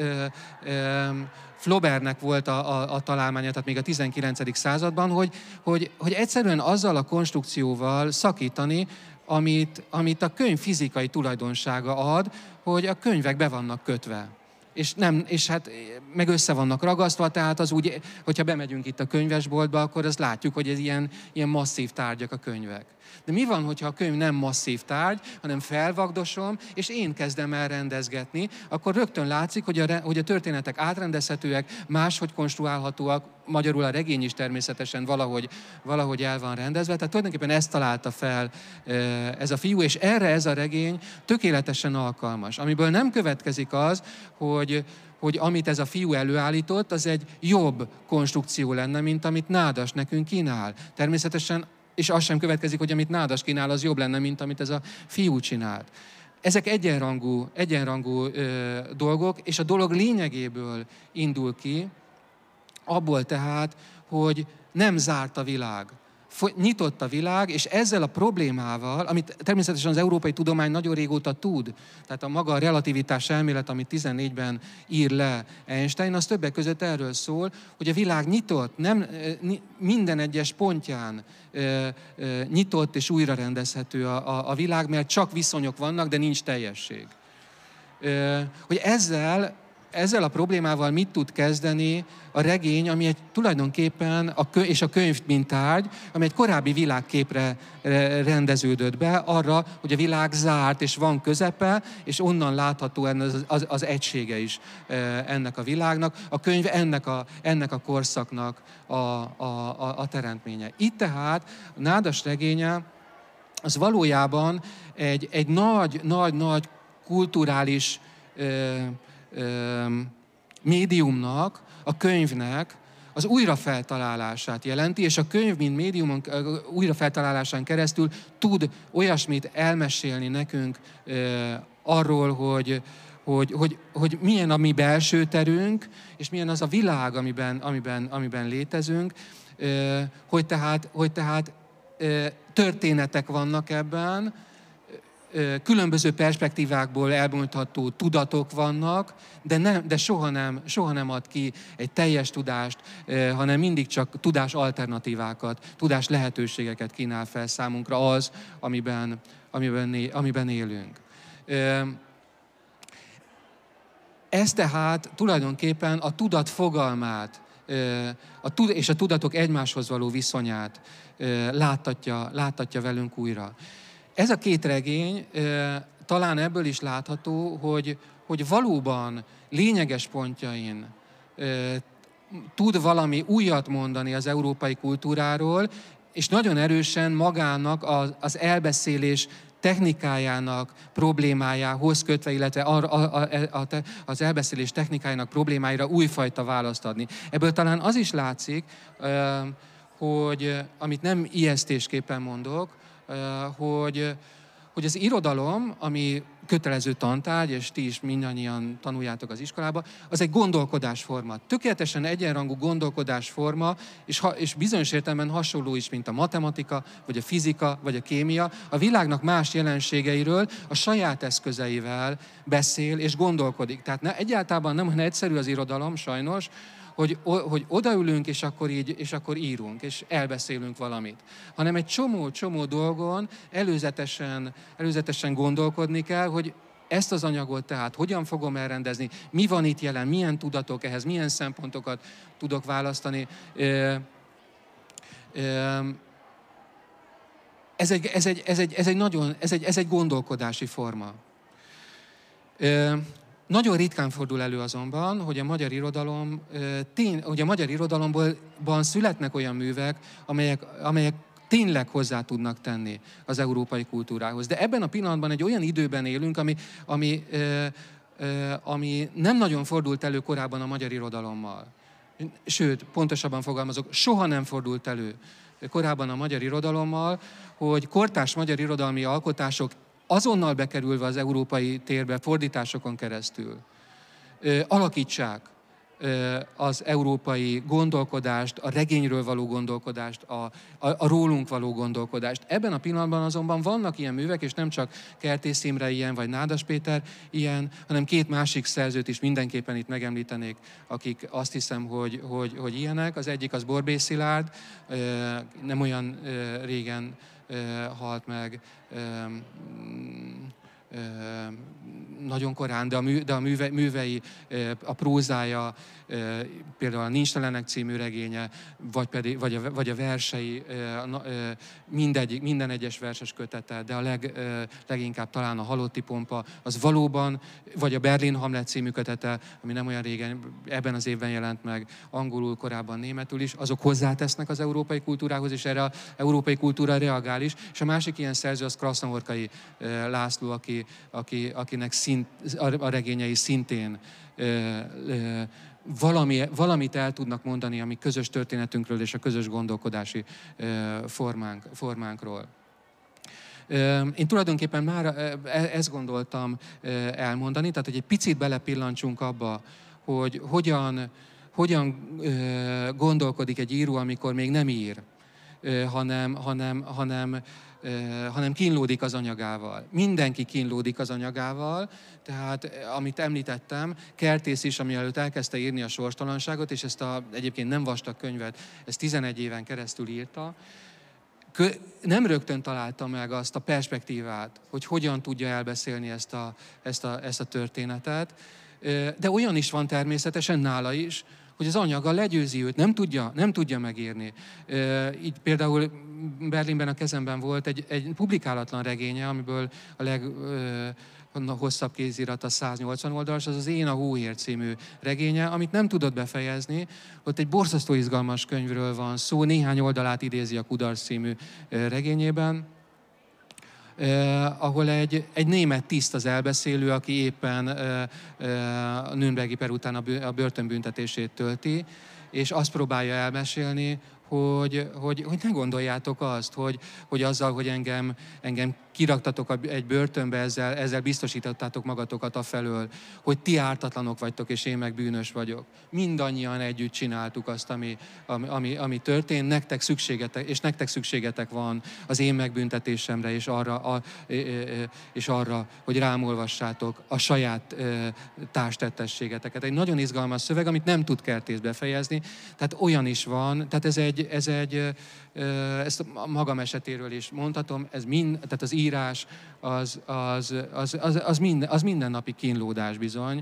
Flaubertnek volt a találmánya, tehát még a 19. században, hogy egyszerűen azzal a konstrukcióval szakítani, amit a könyv fizikai tulajdonsága ad, hogy a könyvek be vannak kötve. És hát meg össze vannak ragasztva, tehát az úgy, hogyha bemegyünk itt a könyvesboltba, akkor azt látjuk, hogy ez ilyen masszív tárgyak a könyvek. De mi van, hogyha a könyv nem masszív tárgy, hanem felvagdosom, és én kezdem el rendezgetni, akkor rögtön látszik, hogy a történetek átrendezhetőek, máshogy konstruálhatóak, magyarul a regény is természetesen valahogy el van rendezve. Tehát tulajdonképpen ezt találta fel ez a fiú, és erre ez a regény tökéletesen alkalmas. Amiből nem következik az, hogy amit ez a fiú előállított, az egy jobb konstrukció lenne, mint amit Nádas nekünk kínál. Természetesen, és az sem következik, hogy amit Nádas kínál, az jobb lenne, mint amit ez a fiú csinált. Ezek egyenrangú dolgok, és a dolog lényegéből indul ki, abból tehát, hogy nem zárt a világ. Nyitott a világ, és ezzel a problémával, amit természetesen az európai tudomány nagyon régóta tud, tehát a maga a relativitás elmélet, amit 14-ben ír le Einstein, az többek között erről szól, hogy a világ nyitott, minden egyes pontján nyitott és újra rendezhető a világ, mert csak viszonyok vannak, de nincs teljesség. Hogy ezzel a problémával mit tud kezdeni a regény, ami tulajdonképpen, és a könyv mint tárgy, ami egy korábbi világképre rendeződött be, arra, hogy a világ zárt, és van közepe, és onnan látható az egysége is ennek a világnak. A könyv ennek a korszaknak a teremtménye. Itt tehát a Nádas regénye az valójában egy nagy kulturális médiumnak, a könyvnek az újrafeltalálását jelenti, és a könyv, mint médium újrafeltalálásán keresztül tud olyasmit elmesélni nekünk arról, hogy milyen a mi belső terünk, és milyen az a világ, amiben létezünk, hogy tehát történetek vannak ebben, különböző perspektívákból elmondható tudatok vannak, de soha nem ad ki egy teljes tudást, hanem mindig csak tudás alternatívákat, tudás lehetőségeket kínál fel számunkra az, amiben élünk. Ez tehát tulajdonképpen a tudat fogalmát és a tudatok egymáshoz való viszonyát láttatja velünk újra. Ez a két regény talán ebből is látható, hogy valóban lényeges pontjain tud valami újat mondani az európai kultúráról, és nagyon erősen magának az elbeszélés technikájának problémájához kötve, illetve az elbeszélés technikájának problémáira újfajta választ adni. Ebből talán az is látszik, hogy amit nem ijesztésképpen mondok, hogy az irodalom, ami kötelező tantárgy, és ti is mindannyian tanuljátok az iskolába, az egy gondolkodásforma. Tökéletesen egyenrangú gondolkodásforma, és bizonyos értelemben hasonló is, mint a matematika, vagy a fizika, vagy a kémia. A világnak más jelenségeiről a saját eszközeivel beszél és gondolkodik. Tehát egyáltalán nem olyan egyszerű az irodalom, sajnos, hogy odaülünk, és akkor írunk, és elbeszélünk valamit. Hanem egy csomó dolgon előzetesen gondolkodni kell, hogy ezt az anyagot tehát hogyan fogom elrendezni, mi van itt jelen, milyen tudatok ehhez, milyen szempontokat tudok választani. Ez egy gondolkodási forma. Nagyon ritkán fordul elő azonban, hogy a magyar irodalomban születnek olyan művek, amelyek tényleg hozzá tudnak tenni az európai kultúrához. De ebben a pillanatban egy olyan időben élünk, ami nem nagyon fordult elő korábban a magyar irodalommal. Sőt, pontosabban fogalmazok, soha nem fordult elő korábban a magyar irodalommal, hogy kortárs magyar irodalmi alkotások azonnal bekerülve az európai térbe fordításokon keresztül alakítsák az európai gondolkodást, a regényről való gondolkodást, a rólunk való gondolkodást. Ebben a pillanatban azonban vannak ilyen művek, és nem csak Kertész Imre ilyen, vagy Nádas Péter ilyen, hanem két másik szerzőt is mindenképpen itt megemlítenék, akik azt hiszem, hogy ilyenek. Az egyik az Borbély Szilárd, nem olyan régen halt meg, nagyon korán, de a művei, a prózája, például a Nincstelenek című regénye, vagy a versei, minden egyes verses kötete, de leginkább talán a Halotti Pompa, az valóban, vagy a Berlin Hamlet című kötete, ami nem olyan régen, ebben az évben jelent meg angolul, korábban németül is, azok hozzátesznek az európai kultúrához, és erre az európai kultúra reagál is. És a másik ilyen szerző az Krasznahorkai László, akinek a regényei szintén valamit el tudnak mondani, ami közös történetünkről és a közös gondolkodási formánkról. Én tulajdonképpen már ezt gondoltam elmondani, tehát hogy egy picit belepillantsunk abba, hogy hogyan gondolkodik egy író, amikor még nem ír, hanem kínlódik az anyagával. Mindenki kínlódik az anyagával, tehát amit említettem, Kertész is, ami előtt elkezdte írni a Sorstalanságot, és ezt egyébként nem vastag könyvet, ezt 11 éven keresztül írta, nem rögtön találta meg azt a perspektívát, hogy hogyan tudja elbeszélni ezt a történetet, de olyan is van természetesen nála is, hogy az anyaga legyőzi őt, nem tudja megírni. Így például Berlinben a kezemben volt egy publikálatlan regénye, amiből a hosszabb kézirata 180 oldalas, az Én a hóhér című regénye, amit nem tudott befejezni. Ott egy borzasztó izgalmas könyvről van szó, néhány oldalát idézi a Kudarc című regényében, ahol egy német tiszt az elbeszélő, aki éppen a Nürnbergi per után a börtönbüntetését tölti, és azt próbálja elmesélni, hogy ne gondoljátok azt, hogy azzal, hogy engem kiraktatok egy börtönbe, ezzel biztosítottátok magatokat afelől, hogy ti ártatlanok vagytok, és én meg bűnös vagyok. Mindannyian együtt csináltuk azt, ami történt, nektek szükségetek van az én megbüntetésemre, és arra, hogy rám olvassátok a saját társtettességeteket. Egy nagyon izgalmas szöveg, amit nem tud Kertész befejezni, tehát olyan is van, tehát ezt a magam esetéről is mondhatom, tehát az írás az mindennapi kínlódás bizony,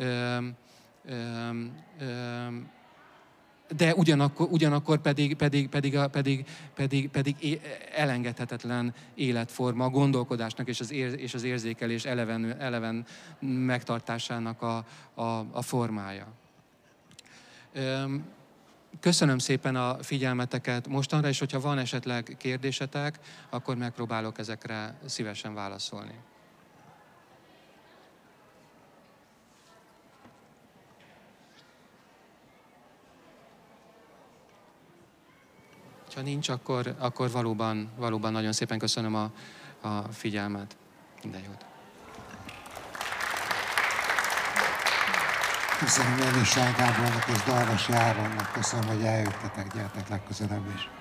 de ugyanakkor pedig elengedhetetlen életforma a gondolkodásnak és az érzékelés eleven megtartásának a formája. Köszönöm szépen a figyelmeteket mostanra, és hogyha van esetleg kérdésetek, akkor megpróbálok ezekre szívesen válaszolni. Ha nincs, akkor valóban nagyon szépen köszönöm a figyelmet. Minden jót. Köszönöm én is Ság Gábornak és Darvasi Áronnak, köszönöm, hogy eljöttetek, gyertek legközelebb is.